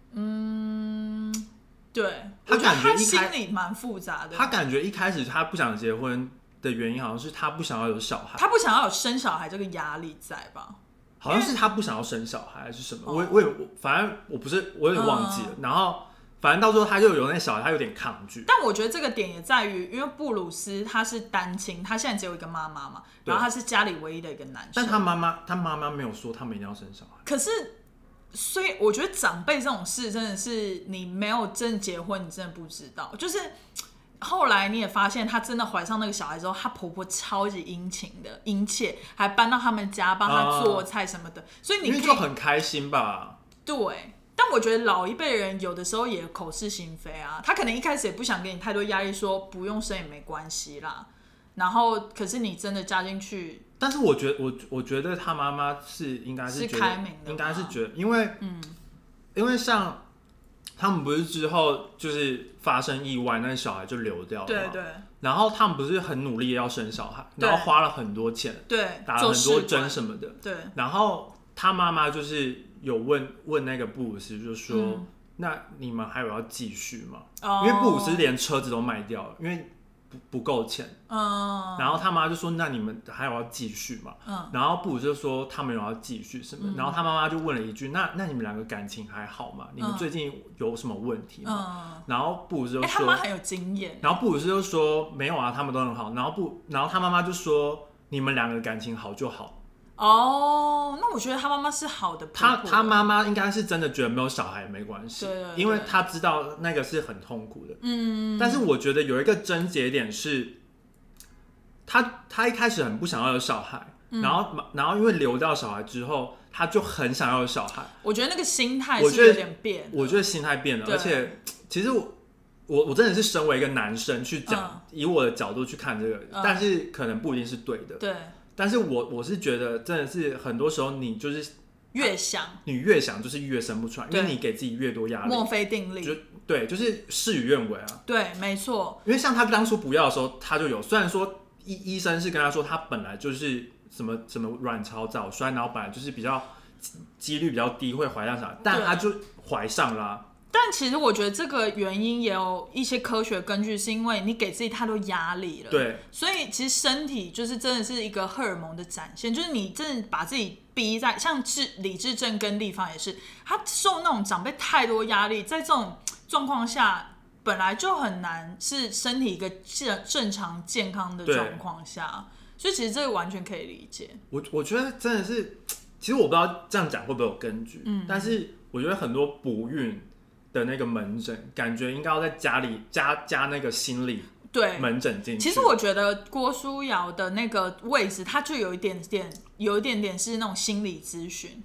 对，我觉得她心里蛮复杂的。 她感觉一开始她不想结婚的原因，好像是她不想要有小孩， 她不想要有生小孩这个压力在吧？ 好像是他不想要生小孩还是什么，反正我有点忘记了。然后反正到最后他就有那小孩，他有点抗拒。 但我觉得这个点也在于，因为布鲁斯他是单亲，他现在只有一个妈妈嘛，然后他是家里唯一的一个男生。 但他妈妈没有说他们一定要生小孩。 可是，所以我觉得长辈这种事真的是你没有真的结婚，你真的不知道。就是后来你也发现，她真的怀上那个小孩之后，她婆婆超级殷切，还搬到他们家帮她做菜什么的，所以你可以因为就很开心吧。 对，但我觉得老一辈人有的时候也口是心非啊，他可能一开始也不想给你太多压力，说不用生也没关系啦。然后，可是你真的加进去， 但是我觉得他妈妈应该是开明的， 应该是觉得，因为像。他们不是之后就是发生意外，那小孩就流掉了嘛。 对。 然后他们不是很努力要生小孩，然后花了很多钱， 对， 打了很多针什么的。 对。 然后他妈妈就是有问那个布鲁斯，就说：“那你们还有要继续吗？”因为布鲁斯连车子都卖掉了，因为不够钱。然后他妈就说：“那你们还有要继续吗？”然后布鲁斯就说：“他们有要继续什么？”然后他妈妈就问了一句：“那你们2个感情还好吗？你们最近有什么问题吗？”然后布鲁斯就说：“ 他妈很有经验。” 然后布鲁斯就说：“没有啊，他们都很好。”然后他妈妈就说：“你们2个感情好就好。” 那我觉得他妈妈是好的婆婆。 他妈妈应该是真的觉得没有小孩也没关系， 对， 因为他知道那个是很痛苦的。但是我觉得有一个症结点是，他一开始很不想要有小孩，然后因为流掉小孩之后，他就很想要有小孩。 我觉得那个心态是有点变。 我觉得心态变了，而且其实我真的是身为一个男生去讲，以我的角度去看这个，但是可能不一定是对的。 对。 但是我是觉得真的是很多时候你就是越想， 你越想就是越生不出来，因为你给自己越多压力。 墨菲定律。 对，就是事与愿违啊。 对，没错。 因为像他当初不要的时候，他就有，虽然说医生是跟他说他本来就是什么卵巢早衰，然后本来就是比较几率比较低会怀上小孩，但他就怀上啦。 但其实我觉得这个原因也有一些科学根据，是因为你给自己太多压力了。 对， 所以其实身体就是真的是一个荷尔蒙的展现，就是你真的把自己逼在，像李智正跟立方也是，他受那种长辈太多压力，在这种状况下，本来就很难是身体一个正常健康的状况下，所以其实这个完全可以理解。 我觉得真的是，其实我不知道这样讲会不会有根据，但是我觉得很多不孕的那个门诊，感觉应该要在家里加那个心理门诊进去。 其实我觉得郭书瑶的那个位置，它就有一点点是那种心理咨询，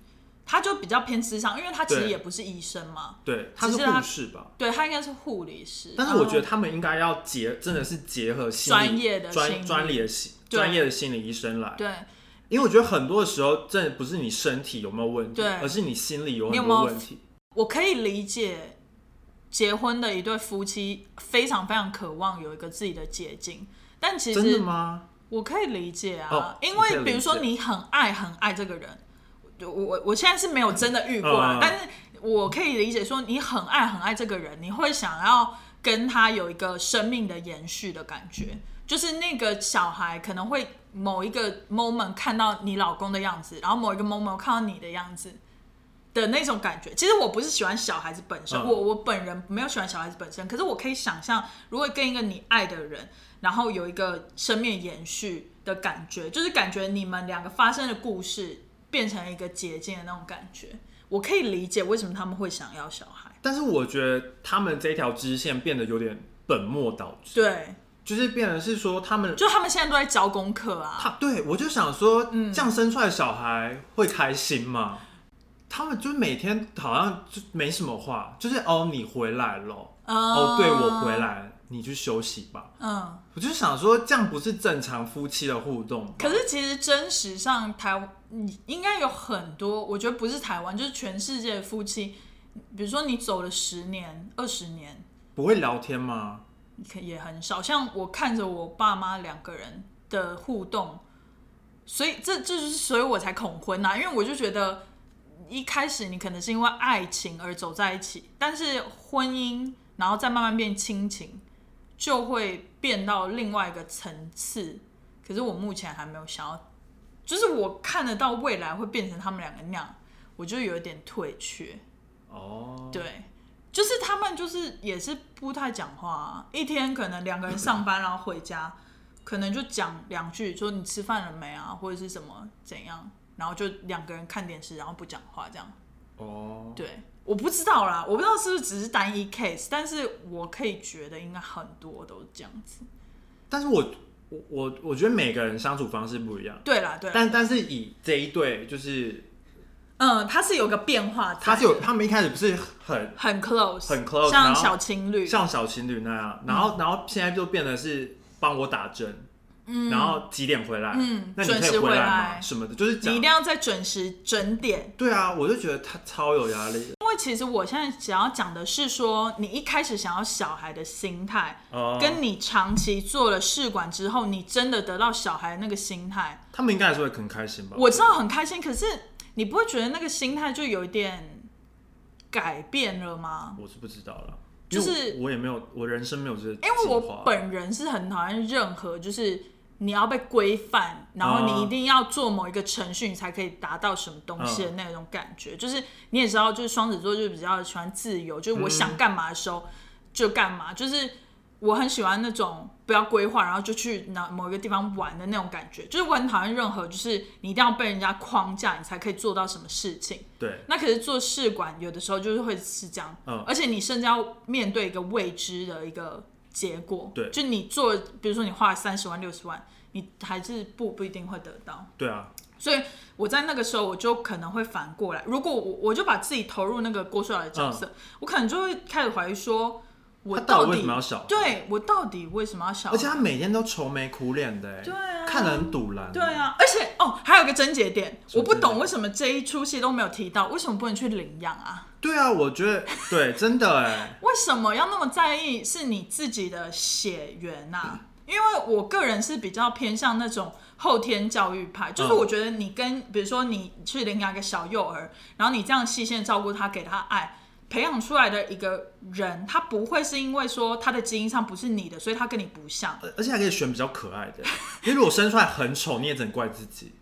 他就比较偏諮商，因为他其实也不是医生嘛。 对，他是护士吧？ 对，他应该是护理师。 但是我觉得他们应该要真的是结合专业的专业的心理医生来。 对， 因为我觉得很多的时候，真的不是你身体有没有问题，而是你心里有很多问题。 我可以理解结婚的一对夫妻非常非常渴望有一个自己的捷径，但其实真的吗？ 我可以理解啊，因为比如说你很爱很爱这个人。我现在是没有真的遇过啦，但是我可以理解说你很爱很爱这个人，你会想要跟他有一个生命的延续的感觉，就是那个小孩可能会某一个 moment 看到你老公的样子，然后某一个 moment 看到你的样子的那种感觉。其实我不是喜欢小孩子本身，我本人没有喜欢小孩子本身，可是我可以想象，如果跟一个你爱的人，然后有一个生命延续的感觉，就是感觉你们两个发生的故事变成一个捷径的那种感觉，我可以理解为什么他们会想要小孩。 但是我觉得他们这条支线变得有点本末倒置。 对， 就是变成是说他们现在都在教功课啊。 对，我就想说，这样生出来的小孩会开心吗？他们就每天好像就没什么话，就是你回来了，对，我回来了，你去休息吧。我就想说，这样不是正常夫妻的互动吗？ 可是其实真实上应该有很多，我觉得不是台湾，就是全世界的夫妻，比如说你走了10年、20年， 不会聊天吗？ 也很少。像我看着我爸妈2个人的互动，所以所以我才恐婚啊，因为我就觉得一开始你可能是因为爱情而走在一起，但是婚姻然后再慢慢变亲情，就会变到另外一个层次。可是我目前还没有想要，就是我看得到未来会变成他们2个那样，我就有一点退却。对，就是他们就是也是不太讲话啊，一天可能2个人上班然后回家，可能就讲2句，说你吃饭了没啊，或者是什么怎样，然后就2个人看电视，然后不讲话这样。对，我不知道啦，我不知道是不是只是单一 case， 但是我可以觉得应该很多都是这样子。 但是我觉得每个人相处方式不一样。 对啦， 但是以这一对就是。 它是有个变化在， 他们一开始不是很 close， 像小情侣那样，然后现在就变得是帮我打针，然后几点回来，那你可以回来吗？什么的，就是你一定要在准时准点。 对啊，我就觉得他超有压力的。 因为其实我现在想要讲的是说，你一开始想要小孩的心态，跟你长期做了试管之后，你真的得到小孩的那个心态， 他们应该还是会很开心吧？ 我知道很开心，可是你不会觉得那个心态就有一点改变了吗？ 我是不知道了， 就是我也没有，我人生没有这个计划。 因为我本人是很讨厌任何就是你要被规范，然后你一定要做某一个程序，你才可以达到什么东西的那种感觉。就是你也知道，就是双子座就比较喜欢自由，就是我想干嘛的时候就干嘛，就是我很喜欢那种不要规划，然后就去某一个地方玩的那种感觉。就是我很讨厌任何就是你一定要被人家框架，你才可以做到什么事情。 对。 那可是做试管有的时候就是会是这样，而且你甚至要面对一个未知的一个结果。 对。 就你做，比如说你花了30万、60万，你还是不一定会得到。 对啊。 所以我在那个时候，我就可能会反过来，如果我就把自己投入那个郭书瑶的角色，我可能就会开始怀疑说。 他到底为什么要小孩？ 对，我到底为什么要小孩？ 而且他每天都愁眉苦脸的， 对啊， 看得很堵然。 对啊，而且还有一个症结点，我不懂为什么这一出戏都没有提到，为什么不能去领养啊？ 对啊，我觉得对，真的哎， 为什么要那么在意是你自己的血缘啊？因为我个人是比较偏向那种后天教育派，就是我觉得你比如说你去领养一个小幼儿，然后你这样细心照顾他，给他爱。培养出来的一个人，他不会是因为说他的基因上不是你的，所以他跟你不像， 而且还可以选比较可爱的。因为如果生出来很丑，你也只能怪自己，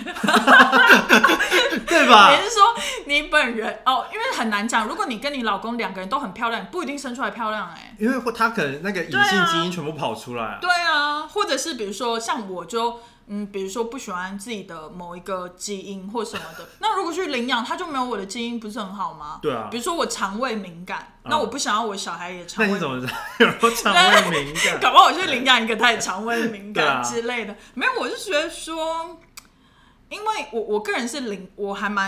对吧？ 也是说你本人因为很难讲。如果你跟你老公2个人都很漂亮，不一定生出来漂亮因为他可能那个隐性基因全部跑出来。 对啊，或者是比如说像我就。比如说不喜欢自己的某一个基因或什么的，那如果去领养，他就没有我的基因，不是很好吗？ 对啊。 比如说我肠胃敏感，那我不想要我小孩也肠胃敏感。 那你怎么有肠胃敏感？ 搞不好我去领养一个他也肠胃敏感之类的。没有，我就觉得说，因为我个人是我还蛮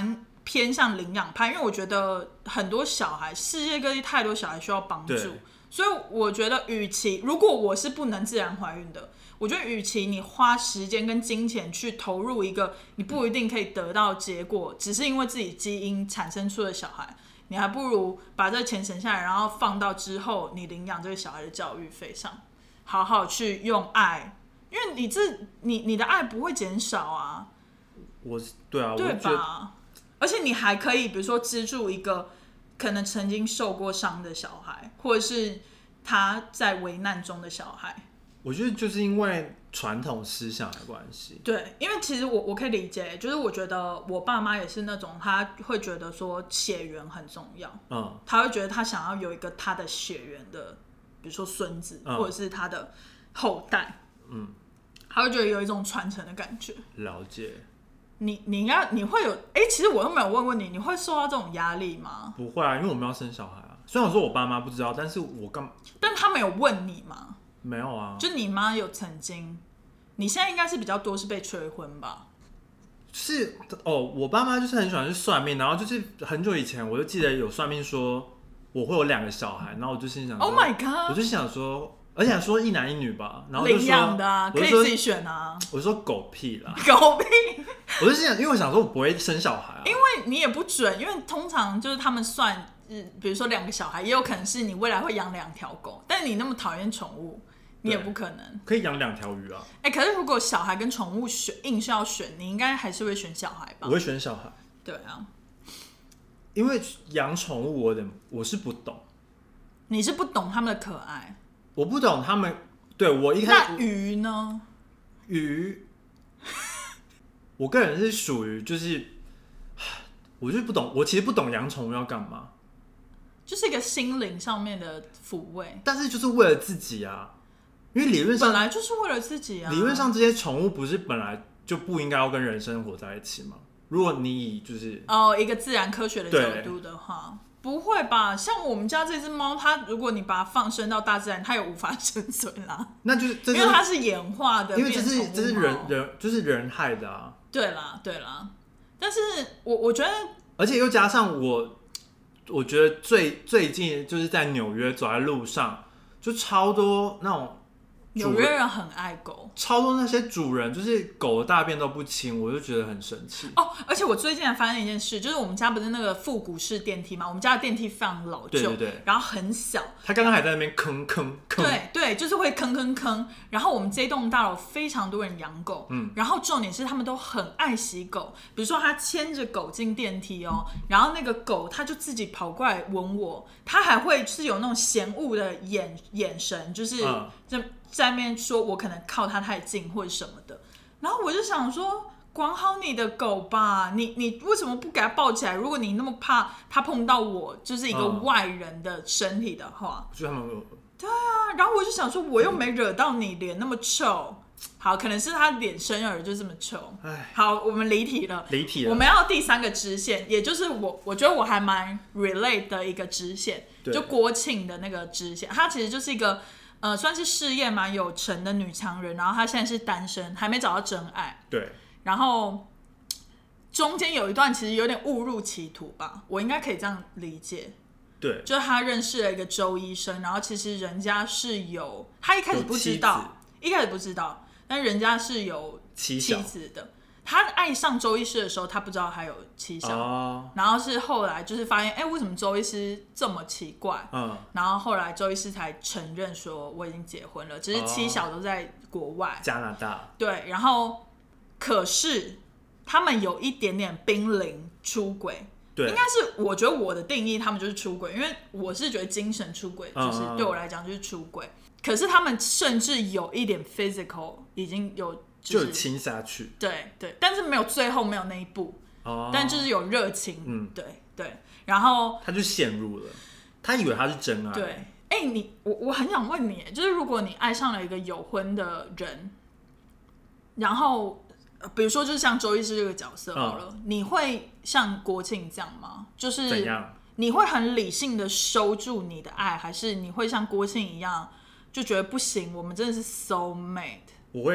偏向领养派，因为我觉得很多小孩，世界各地太多小孩需要帮助，所以我觉得，如果我是不能自然怀孕的，我觉得与其你花时间跟金钱去投入一个你不一定可以得到结果，只是因为自己基因产生出的小孩，你还不如把这个钱省下来，然后放到之后你领养这个小孩的教育费上，好好去用爱，因为你的爱不会减少啊。 对啊， 对吧？而且你还可以，比如说资助一个可能曾经受过伤的小孩，或者是他在危难中的小孩。 我觉得就是因为传统思想的关系。 对，因为其实我可以理解，就是我觉得我爸妈也是那种，他会觉得说血缘很重要，他会觉得他想要有一个他的血缘的，比如说孙子，或者是他的后代，他会觉得有一种传承的感觉。 了解。 你会有其实我都没有问过你会受到这种压力吗？ 不会啊，因为我们要生小孩啊。虽然说我爸妈不知道，但是但他们有问你吗？ 没有啊。 就你妈有曾经，你现在应该是比较多是被催婚吧？ 是我爸妈就是很喜欢去算命，然后就是很久以前我就记得有算命说我会有2个小孩，然后我就心想说 ，Oh my god！ 我就想说。而且说1男1女吧，然后就说领养的啊，可以自己选啊。 我说狗屁啦， 狗屁！ 我就心想，因为我想说我不会生小孩啊， 因为你也不准，因为通常就是他们算，比如说2个小孩，也有可能是你未来会养2条狗，但你那么讨厌宠物，你也不可能。 可以养2条鱼啊。 可是如果小孩跟宠物硬是要选，你应该还是会选小孩吧？ 我会选小孩。 对啊， 因为养宠物我是不懂。 你是不懂他们的可爱。 我不懂他们，对我一开始。 那鱼呢？ 鱼，我个人是属于就是，我就不懂，我其实不懂养宠物要干嘛， 就是一个心灵上面的抚慰， 但是就是为了自己啊，因为理论上本来就是为了自己啊。 理论上这些宠物不是本来就不应该要跟人生活在一起吗？如果你以就是一个自然科学的角度的话。不会吧？像我们家这只猫，它如果你把它放生到大自然，它也无法生存啦。 那就是因为它是演化的， 因为这是人就是人害的啊。 对啦，但是我觉得， 而且又加上我觉得最近就是在纽约走在路上，就超多那种纽约人很爱狗， 超多那些主人就是狗的大便都不清，我就觉得很生气。 而且我最近还发现一件事，就是我们家不是那个复古式电梯吗？我们家的电梯非常老旧， 对， 然后很小。 他刚刚还在那边吭。 对，就是会吭。然后我们这栋大楼非常多人养狗，然后重点是他们都很爱惜狗，比如说他牵着狗进电梯然后那个狗他就自己跑过来闻我，他还会是有那种嫌恶的眼神，就是在那边说我可能靠他太近或者什么的，然后我就想说，管好你的狗吧，你为什么不给它抱起来？如果你那么怕它碰到我，就是一个外人的身体的话， 就他们对啊，然后我就想说，我又没惹到你，脸那么臭。好，可能是他脸生而就这么臭。好，我们离题了。我们要第3个支线，也就是我觉得我还蛮 relate 的一个支线，就郭庆的那个支线，它其实就是一个。算是事业蛮有成的女强人，然后她现在是单身，还没找到真爱。 对。 然后中间有一段其实有点误入歧途吧，我应该可以这样理解。 对。 就是她认识了一个周医生，然后其实人家是她一开始不知道，但人家是有妻子的。他爱上周医师的时候，他不知道他有妻小，然后是后来就是发现，为什么周医师这么奇怪？然后后来周医师才承认说我已经结婚了，只是妻小都在国外， 加拿大。 对，然后可是他们有一点点濒临出轨，对，应该是我觉得我的定义，他们就是出轨，因为我是觉得精神出轨就是对我来讲就是出轨，可是他们甚至有一点 physical 已经有。 就亲下去， 对，但是没有最后没有那一步，但就是有热情，对，然后他就陷入了，他以为他是真爱， 对，我很想问你，就是如果你爱上了一个有婚的人，然后比如说就是像周医师这个角色好了，你会像国庆这样吗？就是怎样？ 你会很理性的收住你的爱，还是你会像国庆一样就觉得不行，我们真的是 soul mate？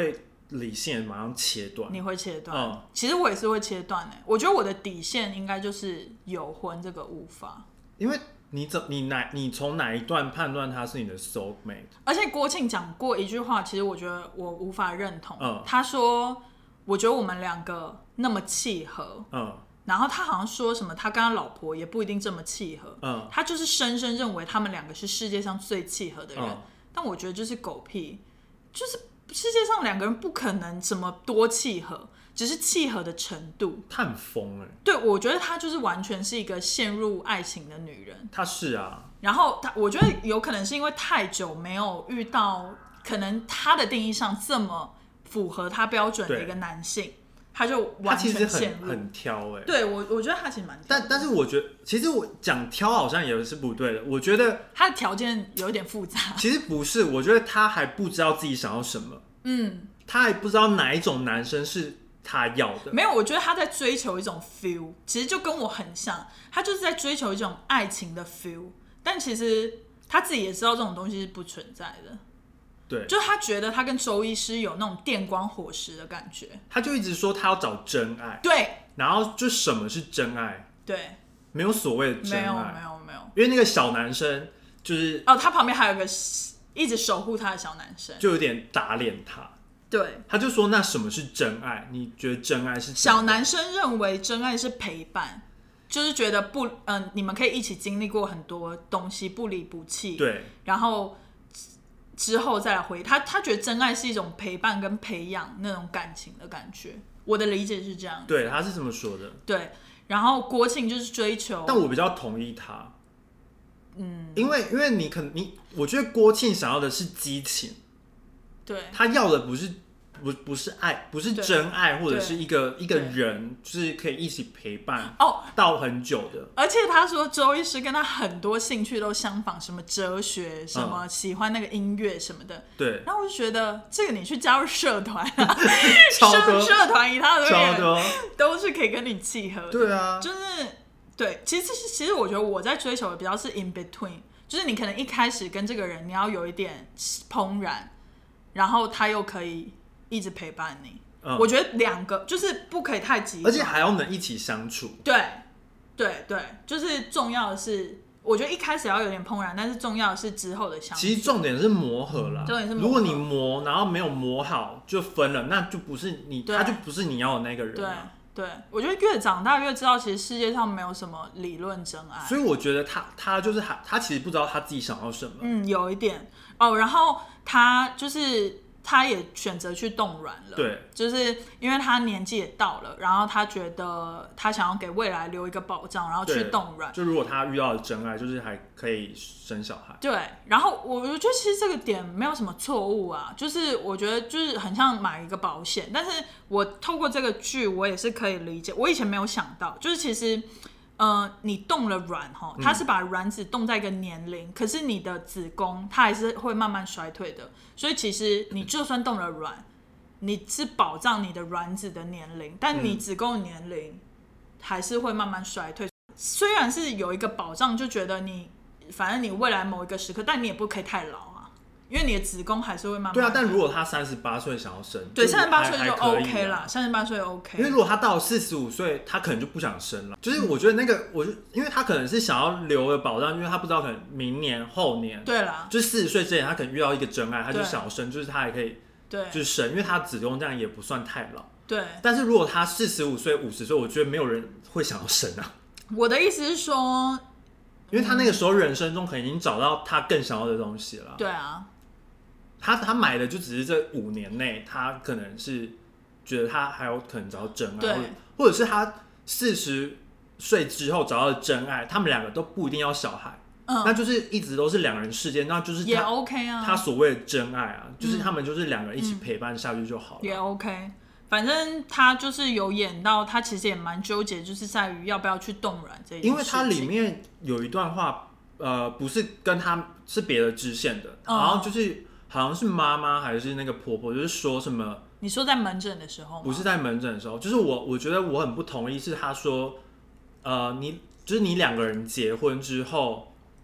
理性马上切断。 你会切断？其实我也是会切断的。我觉得我的底线应该就是有婚这个无法， 因为你从哪一段判断他是你的 soul mate？ 而且郭庆讲过一句话，其实我觉得我无法认同。他说，我觉得我们两个那么契合。然后他好像说什么，他跟他老婆也不一定这么契合。他就是深深认为他们两个是世界上最契合的人。但我觉得就是狗屁，就是世界上两个人不可能什么多契合。只是契合的程度。 她很疯哎。 对，我觉得她就是完全是一个陷入爱情的女人。 她是啊。 然后我觉得有可能是因为太久没有遇到，可能她的定义上这么符合她标准的一个男性，她就完全陷入。 她其实很挑哎。 对，我觉得她其实蛮挑的。 但是我觉得，其实我讲挑好像也是不对的。我觉得她的条件有点复杂。 其实不是，我觉得她还不知道自己想要什么。她还不知道哪一种男生是他要的。 没有，我觉得他在追求一种 feel， 其实就跟我很像，他就是在追求一种爱情的 feel， 但其实他自己也知道这种东西是不存在的。 对， 就他觉得他跟周医师有那种电光火石的感觉， 他就一直说他要找真爱。 对， 然后就什么是真爱？ 对， 没有所谓的真爱， 没有， 因为那个小男生就是他旁边还有一个一直守护他的小男生， 就有点打脸他。 对， 他就说那什么是真爱？你觉得真爱是什么？ 小男生认为真爱是陪伴，就是觉得你们可以一起经历过很多东西，不离不弃。 对， 然后之后再来回他觉得真爱是一种陪伴跟培养那种感情的感觉。我的理解是这样。 对，他是这么说的。 对，然后国庆就是追求， 但我比较同意他。因为我觉得郭庆想要的是激情。 对， 他要的不是爱，不是真爱，或者是一个人，就是可以一起陪伴到很久的。 而且他说周医师跟他很多兴趣都相仿，什么哲学，什么喜欢那个音乐什么的。 对。 然后我就觉得这个你去加入社团啊， 社团以他的超多都是可以跟你契合的。 对啊， 就是对，其实我觉得我在追求的比较是 in between， 就是你可能一开始跟这个人你要有一点怦然，然后他又可以一直陪伴你。我觉得两个就是不可以太极端， 而且还要能一起相处。 对，就是重要的是，我觉得一开始要有点怦然，但是重要的是之后的相处。 其实重点是磨合啦。 重点是磨合。 如果你磨，然后没有磨好就分了，那就不是你，他就不是你要的那个人。 对，我觉得越长大越知道，其实世界上没有什么理论真爱。 所以我觉得他就是他其实不知道他自己想要什么。 有一点然后他也选择去冻卵了。 对， 就是因为他年纪也到了，然后他觉得他想要给未来留一个保障，然后去冻卵。 就如果他遇到的真爱，就是还可以生小孩。 对，然后我觉得其实这个点没有什么错误啊，就是我觉得就是很像买一个保险，但是我透过这个剧，我也是可以理解，我以前没有想到，就是其实。你冻了卵它是把卵子冻在一个年龄，可是你的子宫它还是会慢慢衰退的，所以其实你就算冻了卵，你是保障你的卵子的年龄，但你子宫的年龄还是会慢慢衰退。虽然是有一个保障，就觉得你反正你未来某一个时刻，但你也不可以太老啊，因为你的子宫还是会慢慢。 对啊，但如果他38岁想要生， 对38岁就 OK 啦，38岁 OK。 因为如果他到了45岁，他可能就不想生了。就是我觉得那个，因为他可能是想要留的保障，因为他不知道可能明年后年， 对啦， 就是40岁之前他可能遇到一个真爱，他就想要生，就是他还可以就是生，因为他子宫这样也不算太老。 对。 但是如果他45岁、50岁，我觉得没有人会想要生啊。 我的意思是说， 因为他那个时候人生中可能已经找到他更想要的东西了。 对啊。 他买的就只是这5年内，他可能是觉得他还有可能找到真爱，或者是他40岁之后找到的真爱，他们两个都不一定要小孩，那就是一直都是两人世界，那就是也 OK 啊。 他所谓的真爱啊，就是他们就是两个人一起陪伴下去就好了， 也 OK。反正他就是有演到，他其实也蛮纠结，就是在于要不要去冻卵这一件事情。 因为他里面有一段话，不是跟他是别的支线的，然后就是。好像是妈妈还是那个婆婆，就是说什么？ 你说在门诊的时候吗？ 不是在门诊的时候，就是我觉得我很不同意，是他说，你就是你两个人结婚之后，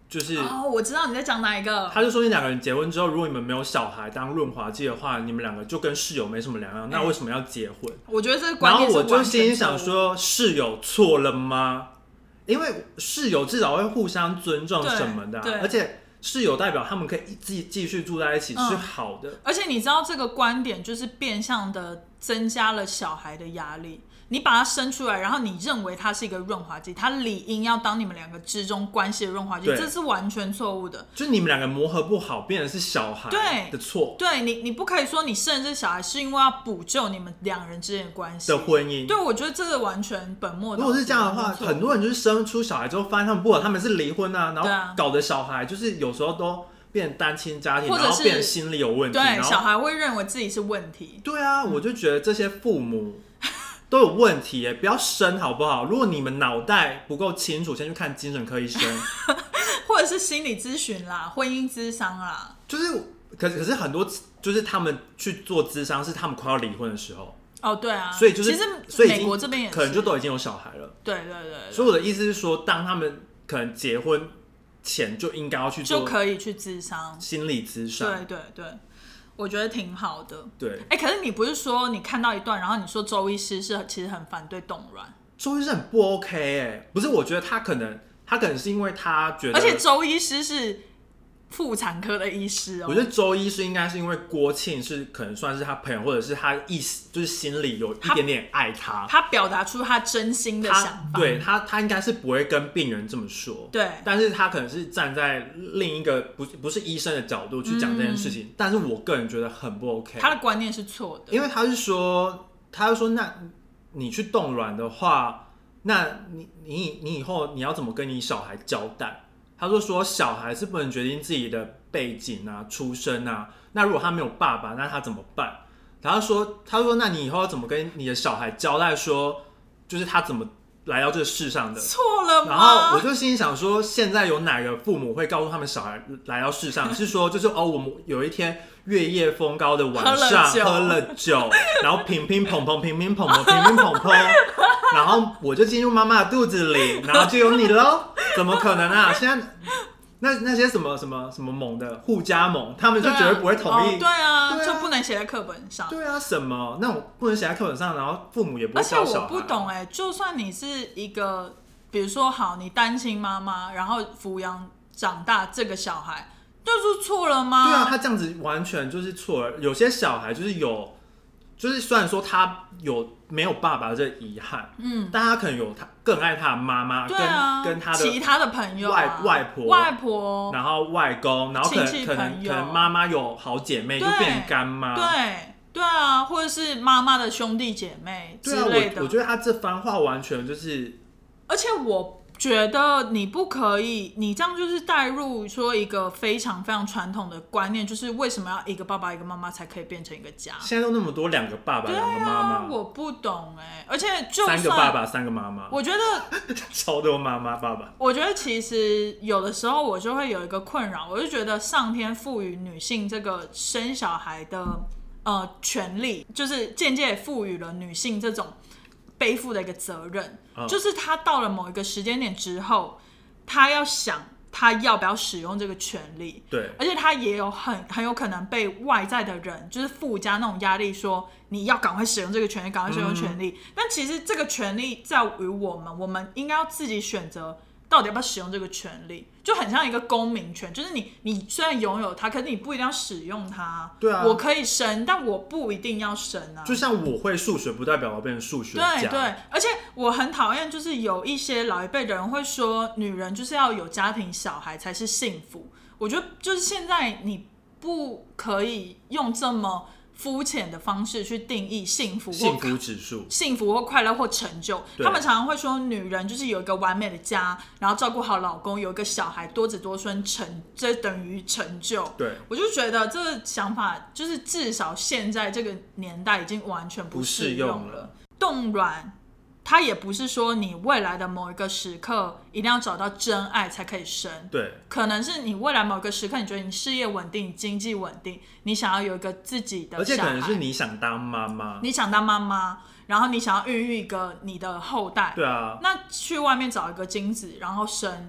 就是我知道你在讲哪一个。 他就说你两个人结婚之后，如果你们没有小孩当润滑剂的话，你们两个就跟室友没什么两样，那为什么要结婚？ 我觉得这个观念是完全错误。 然后我就心里想说，室友错了吗？因为室友至少会互相尊重什么的，而且室友代表他们可以继续住在一起是好的。 而且你知道这个观点就是变相的增加了小孩的压力。你把它生出来，然后你认为它是一个润滑剂，它理应要当你们两个之中关系的润滑剂，这是完全错误的。 就是你们两个磨合不好，变成是小孩的错。 对，你不可以说你生这小孩是因为要补救你们两人之间的关系的婚姻。 对，我觉得这个完全本末倒置。 如果是这样的话，很多人就是生出小孩之后发现他们不好，他们是离婚啊，然后搞得小孩就是有时候都变单亲家庭，然后变心理有问题， 对，小孩会认为自己是问题。 对啊，我就觉得这些父母都有问题耶，不要生好不好？如果你们脑袋不够清楚，先去看精神科医生， 或者是心理咨询啦、婚姻咨商啦。 就是，可是很多就是他们去做咨商，是他们快要离婚的时候。 哦，对啊， 所以就是， 其实美国这边也是可能就都已经有小孩了。 对。 所以我的意思是说，当他们可能结婚前就应该要去做， 就可以去咨商、 心理咨商。 对。我觉得挺好的。 对， 可是你不是说你看到一段，然后你说周医师是其实很反对冻卵？ 周医师很不 OK 不是，我觉得他可能是因为他觉得， 而且周医师是妇产科的医师哦。 我觉得周医师应该是因为郭庆是可能算是他朋友，或者是他就是心里有一点点爱他， 他表达出他真心的想法。 对他应该是不会跟病人这么说， 对， 但是他可能是站在另一个不是医生的角度去讲这件事情，但是我个人觉得很不 OK。 他的观念是错的， 因为他就说那你去冻卵的话，那你以后你要怎么跟你小孩交代？他说小孩是不能决定自己的背景啊、出身啊。那如果他没有爸爸，那他怎么办？然后他说那你以后要怎么跟你的小孩交代说，就是他怎么来到这个世上的？ 错了吗？ 然后我就心里想说，现在有哪个父母会告诉他们小孩来到世上是说，就是我们有一天月夜风高的晚上喝了酒，然后乒乒乓乓，乒乒乓乓，乒乒乓乓，然后我就进入妈妈的肚子里，然后就有你咯？怎么可能啊？现在那些什么盟的互加盟，他们就绝对不会同意。 对啊，就不能写在课本上。 对啊，什么那种不能写在课本上，然后父母也不会教小孩。 而且我不懂就算你是一个，比如说好，你单亲妈妈，然后抚养长大这个小孩，就是错了吗？ 对啊，他这样子完全就是错了。有些小孩就是虽然说他没有爸爸的这遗憾，但他可能有他更爱他的妈妈，跟他的其他的朋友外婆， 然后外公，然后可能妈妈有好姐妹就变成干妈， 对啊，或者是妈妈的兄弟姐妹之类的。 我觉得他这番话完全就是， 而且我觉得你不可以，你这样就是带入说一个非常非常传统的观念，就是为什么要一个爸爸一个妈妈才可以变成一个家？ 现在都那么多2个爸爸2个妈妈， 我不懂而且就算 3个爸爸3个妈妈， 我觉得超多妈妈爸爸。 我觉得其实有的时候我就会有一个困扰，我就觉得上天赋予女性这个生小孩的权利，就是间接赋予了女性这种背负的一个责任，就是他到了某一个时间点之后，他要想他要不要使用这个权利， 对， 而且他也有很有可能被外在的人就是附加那种压力，说你要赶快使用这个权利，赶快使用权利。但其实这个权利在于我们应该要自己选择到底要不要使用这个权利，就很像一个公民权，就是你虽然拥有它，可是你不一定要使用它。 对啊， 我可以生，但我不一定要生啊。 就像我会数学，不代表我变成数学家。 对，而且我很讨厌，就是有一些老一辈的人会说，女人就是要有家庭小孩才是幸福。我觉得就是现在你不可以用这么肤浅的方式去定义幸福指数、 幸福或快乐或成就。他们常常会说，女人就是有一个完美的家，然后照顾好老公，有一个小孩，多子多孙，这等于成就。 对， 我就觉得这个想法就是至少现在这个年代已经完全不适用了。冻卵它也不是说你未来的某一个时刻一定要找到真爱才可以生， 对， 可能是你未来某个时刻，你觉得你事业稳定、经济稳定，你想要有一个自己的小孩， 而且可能是你想当妈妈， 然后你想要孕育一个你的后代， 对啊， 那去外面找一个精子，然后生，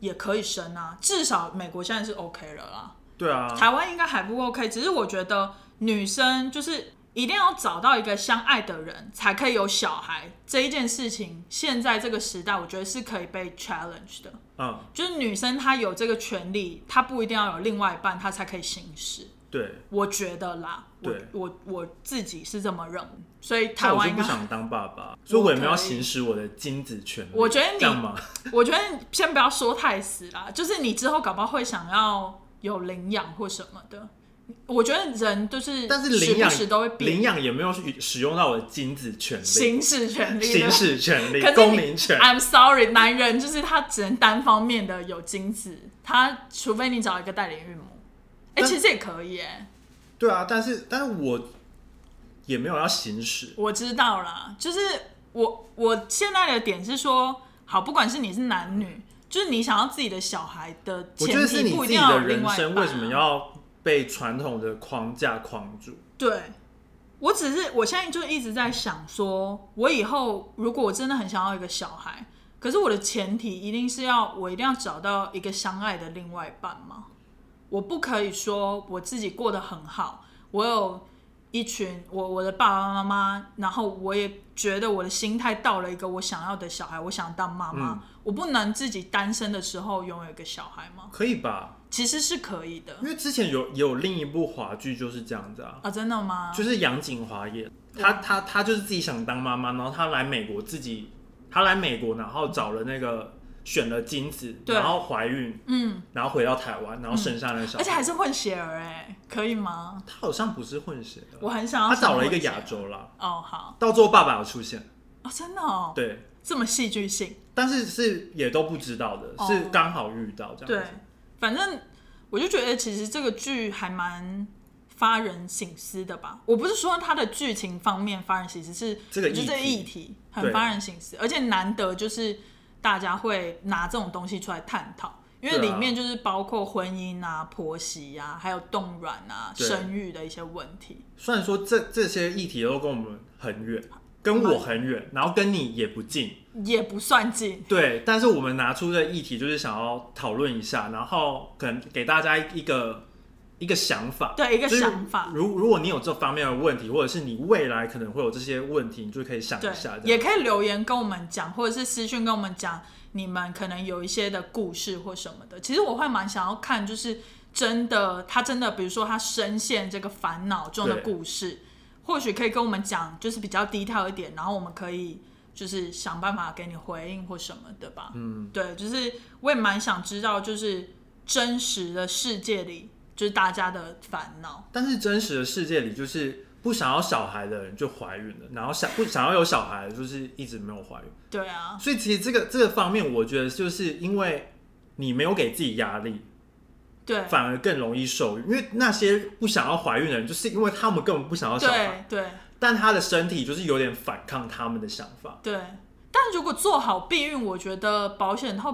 也可以生啊，至少美国现在是 OK 了啦。 对啊， 台湾应该还不 OK， 只是我觉得女生就是一定要找到一个相爱的人才可以有小孩这一件事情，现在这个时代我觉得是可以被 challenge 的。就是女生她有这个权利，她不一定要有另外一半她才可以行使。对，我觉得啦，我自己是这么认为，所以台湾应该。 我就不想当爸爸，所以我也没有行使我的精子权利。 我觉得这样吗？ 我觉得先不要说太死啦，就是你之后搞不好会想要有领养或什么的。我觉得人都是， 但是领养也没有使用到我的精子权利、 行使权利、 行使权利、公民权。 I'm sorry， 男人就是他只能单方面的有精子，他除非你找一个代理孕母。其实也可以耶。 对啊，但是我也没有要行使。 我知道啦，就是我现在的点是说，好，不管是你是男女，就是你想要自己的小孩的前提，不一定要有另外一半。我觉得是你自己的人生为什么要被传统的框架框住？对，我现在就一直在想说，我以后如果我真的很想要一个小孩，可是我的前提一定是我一定要找到一个相爱的另外一半吗？我不可以说我自己过得很好，我有一群我的爸爸妈妈，然后我也觉得我的心态到了一个我想要的小孩，我想当妈妈，我不能自己单身的时候拥有一个小孩吗？可以吧？其实是可以的，因为之前有另一部华剧就是这样子啊。真的吗？就是杨锦华演，他就是自己想当妈妈，然后他来美国，然后找了那个。选了精子，然后怀孕，然后回到台湾，然后生下那个小孩，而且还是混血儿可以吗？他好像不是混血的，我很想要。他找了一个亚洲啦。好。到最后爸爸有出现真的哦。对，这么戏剧性，但是也都不知道的，是刚好遇到这样子。对，反正我就觉得其实这个剧还蛮发人省思的吧。我不是说它的剧情方面发人省思，是这个议题很发人省思，而且难得就是。大家会拿这种东西出来探讨，因为里面就是包括婚姻啊、婆媳啊，还有冻卵啊、生育的一些问题。虽然说这些议题都跟我们很远，跟我很远，然后跟你也不近，也不算近。对，但是我们拿出的议题就是想要讨论一下，然后可能给大家一个想法，对，一个想法。如果你有这方面的问题，或者是你未来可能会有这些问题，你就可以想一下，也可以留言跟我们讲，或者是私讯跟我们讲，你们可能有一些的故事或什么的。其实我会蛮想要看，就是他真的，比如说他深陷这个烦恼中的故事，或许可以跟我们讲，就是比较detail一点，然后我们可以就是想办法给你回应或什么的吧。对，就是我也蛮想知道，就是真实的世界里。就是大家的烦恼，但是真实的世界里，就是不想要小孩的人就怀孕了，然后不想要有小孩的，就是一直没有怀孕。对啊，所以其实这个方面，我觉得就是因为你没有给自己压力，对，反而更容易受孕。因为那些不想要怀孕的人，就是因为他们根本不想要小孩，对，但他的身体就是有点反抗他们的想法，对。但如果做好避孕，我觉得保险套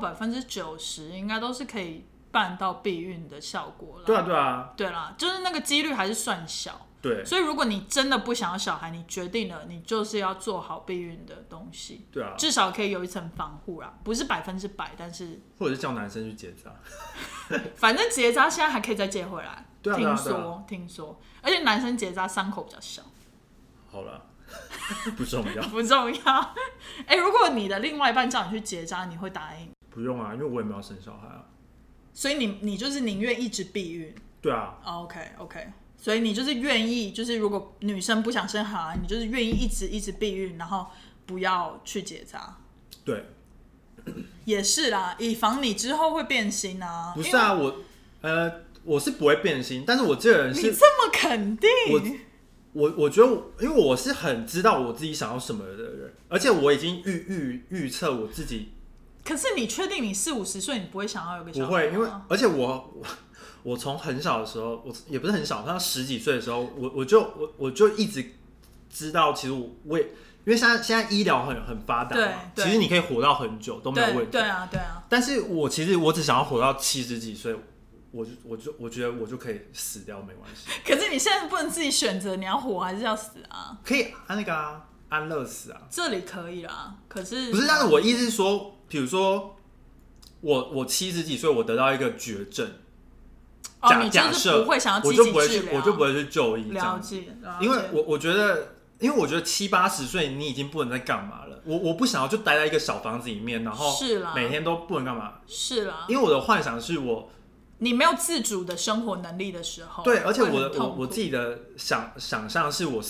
90%应该都是可以。办到避孕的效果了。对啦，就是那个几率还是算小。对，所以如果你真的不想要小孩，你决定了，你就是要做好避孕的东西。对啊，至少可以有一层防护啦，不是100%，但是或者是叫男生去结扎，反正结扎现在还可以再接回来。对啊，听说，而且男生结扎伤口比较小。好了，不重要，不重要。如果你的另外一半叫你去结扎，你会答应？不用啊，因为我也没有生小孩啊。所以你就是宁愿一直避孕？对啊。OK， 所以你就是愿意，就是如果女生不想生孩，你就是愿意一直避孕，然后不要去结扎。对，也是啦，以防你之后会变心啊。不是啊，我是不会变心，但是我这个人是你这么肯定，我觉得因为我是很知道我自己想要什么的人，而且我已经预测我自己。可是你确定你40-50岁你不会想要有个小孩吗？不会，因为而且我从很小的时候，我也不是很小，像10几岁的时候，我就一直知道，其实因为现在医疗很发达嘛，其实你可以活到很久都没有问题。对啊。但是我其实只想要活到70几岁，我觉得我就可以死掉没关系。可是你现在不能自己选择你要活还是要死啊？可以安乐死啊，这里可以啦。可是不是？但是我意思是说。比如说， 我70几岁，我得到一个绝症， 你就是不会想要积极治疗， 我就不会去就医， 了解， 因为我觉得70、80岁你已经不能再干嘛了，我不想要就待在一个小房子里面，然后每天都不能干嘛， 是啦， 因为我的幻想是你没有自主的生活能力的时候， 对，而且我自己的想象是我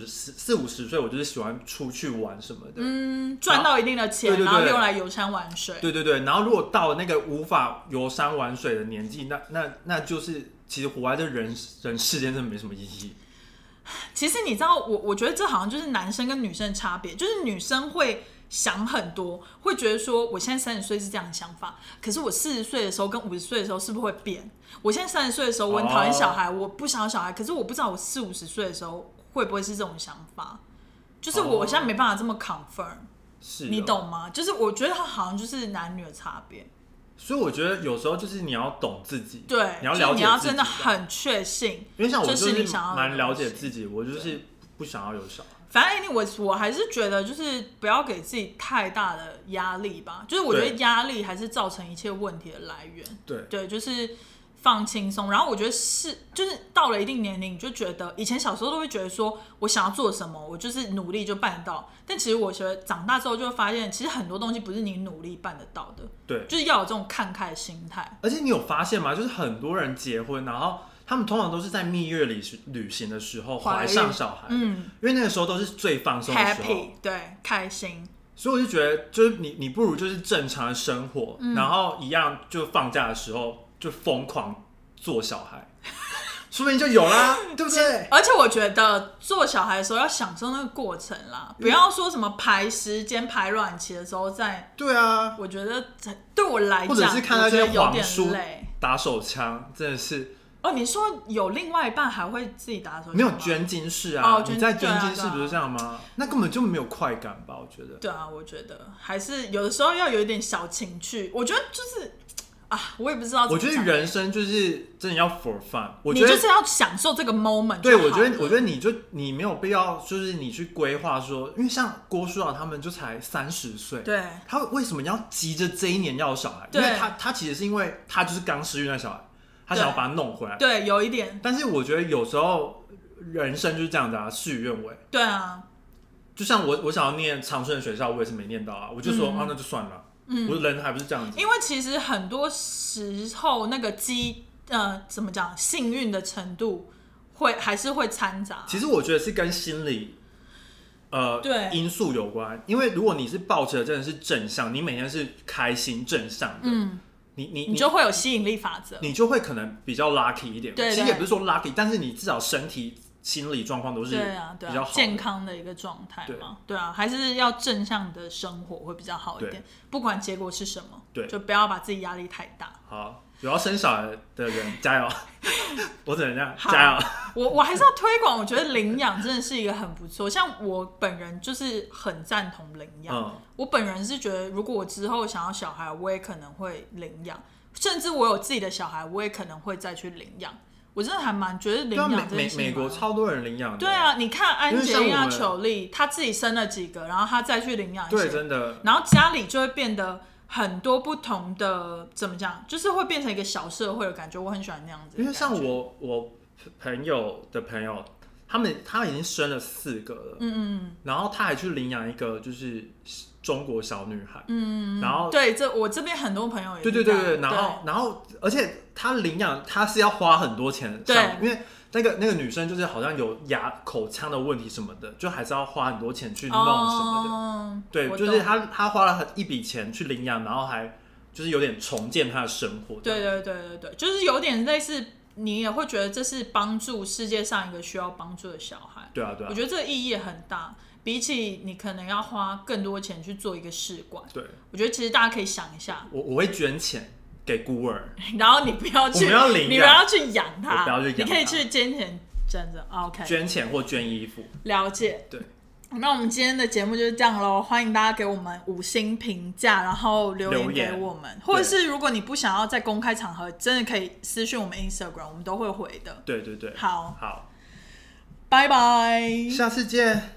40-50岁，我就是喜欢出去玩什么的， 赚到一定的钱，然后用来游山玩水， 对，然后如果到了那个无法游山玩水的年纪，那就是其实活在这人世间真的没什么意义。 其实你知道，我觉得这好像就是男生跟女生的差别，就是女生会想很多，会觉得说我现在30岁是这样的想法，可是我40岁的时候跟50岁的时候是不是会变？我现在30岁的时候我很讨厌小孩，我不想要小孩，可是我不知道我40、50岁的时候会不会是这种想法，就是我现在没办法这么 confirm， 是你懂吗？就是我觉得它好像就是男女的差别。 所以我觉得有时候就是你要懂自己， 对， 你要了解自己， 你要真的很确信， 因为像我就是蛮蛮了解自己，我就是不想要有小孩。 反正我还是觉得就是不要给自己太大的压力吧，就是我觉得压力还是造成一切问题的来源。对，就是放轻松，然后我觉得就是到了一定年龄，你就觉得以前小时候都会觉得说我想要做什么，我就是努力就办得到。但其实我觉得长大之后就会发现，其实很多东西不是你努力办得到的。 对， 就是要有这种看开的心态。 而且你有发现吗？就是很多人结婚，然后他们通常都是在蜜月旅行的时候怀上小孩，因为那个时候都是最放松的时候 ，happy， 对，开心。 所以我就觉得，就是你不如就是正常的生活，然后一样就放假的时候就疯狂做小孩，说不定就有啦，对不对？ 而且我觉得做小孩的时候要享受那个过程啦，不要说什么排时间、排卵期的时候再。 对啊， 我觉得对我来讲， 或者是看那些皇叔累打手枪，真的是。 你说有另外一半还会自己打手枪吗？ 没有捐精室啊？你在捐精室不是这样吗？那根本就没有快感吧？我觉得。 对啊，我觉得还是有的时候要有一点小情趣。我觉得就是我也不知道。 我觉得人生就是真的要 for fun， 我觉得你就是要享受这个 moment。 对，我觉得你没有必要，就是你去规划说，因为像郭书瑶他们就才30岁， 对， 他为什么要急着这一年要有小孩？因为他其实是因为他就是刚失孕的小孩。他想要把它弄回来， 对，有一点。 但是我觉得有时候人生就是这样子啊，事与愿违。 对啊， 就像我想要念长春的学校，我也是没念到啊，我就说那就算了。我人还不是这样子。 因为其实很多时候那个怎么讲，幸运的程度还是会掺杂。 其实我觉得是跟心理因素有关，因为如果你是抱着真的是正向，你每天是开心正向的，你就会有吸引力法则， 你就会可能比较 lucky 一点。 对， 其实也不是说 lucky， 但是你至少身体、心理状况都是比较好的， 健康的一个状态嘛。对啊，还是要正向的生活会比较好一点，不管结果是什么，就不要把自己压力太大。 好，有要生小孩的人加油！我只能这样加油。 我还是要推广，我觉得领养真的是一个很不错。像我本人就是很赞同领养。我本人是觉得，如果我之后想要小孩，我也可能会领养，甚至我有自己的小孩，我也可能会再去领养。我真的还蛮觉得领养这件事情。 美国超多人领养的。 对啊，你看安吉丽娜·裘丽，她自己生了几个，然后她再去领养一些， 对，真的。 然后家里就会变得很多不同的，怎么讲，就是会变成一个小社会的感觉。我很喜欢那样子。 因为像我朋友的朋友，他已经生了4个了，然后他还去领养一个就是中国小女孩，然后对，我这边很多朋友也对，然后而且他领养他是要花很多钱，对，因为那个女生就是好像有口腔的问题什么的，就还是要花很多钱去弄什么的，对，就是他花了一笔钱去领养，然后还就是有点重建他的生活， 对，就是有点类似。你也会觉得这是帮助世界上一个需要帮助的小孩。 对啊， 我觉得这个意义也很大，比起你可能要花更多钱去做一个试管。 对， 我觉得其实大家可以想一下， 我会捐钱给孤儿， 然后你不要去，你不要去养他， 不要去养他， 你可以去捐钱，真的 OK， 捐钱或捐衣服。 了解， 对。 那我们今天的节目就是这样咯，欢迎大家给我们5星评价，然后留言给我们，或者是如果你不想要在公开场合，真的可以私讯我们 Instagram， 我们都会回的。 对， 好， 拜拜， 下次见。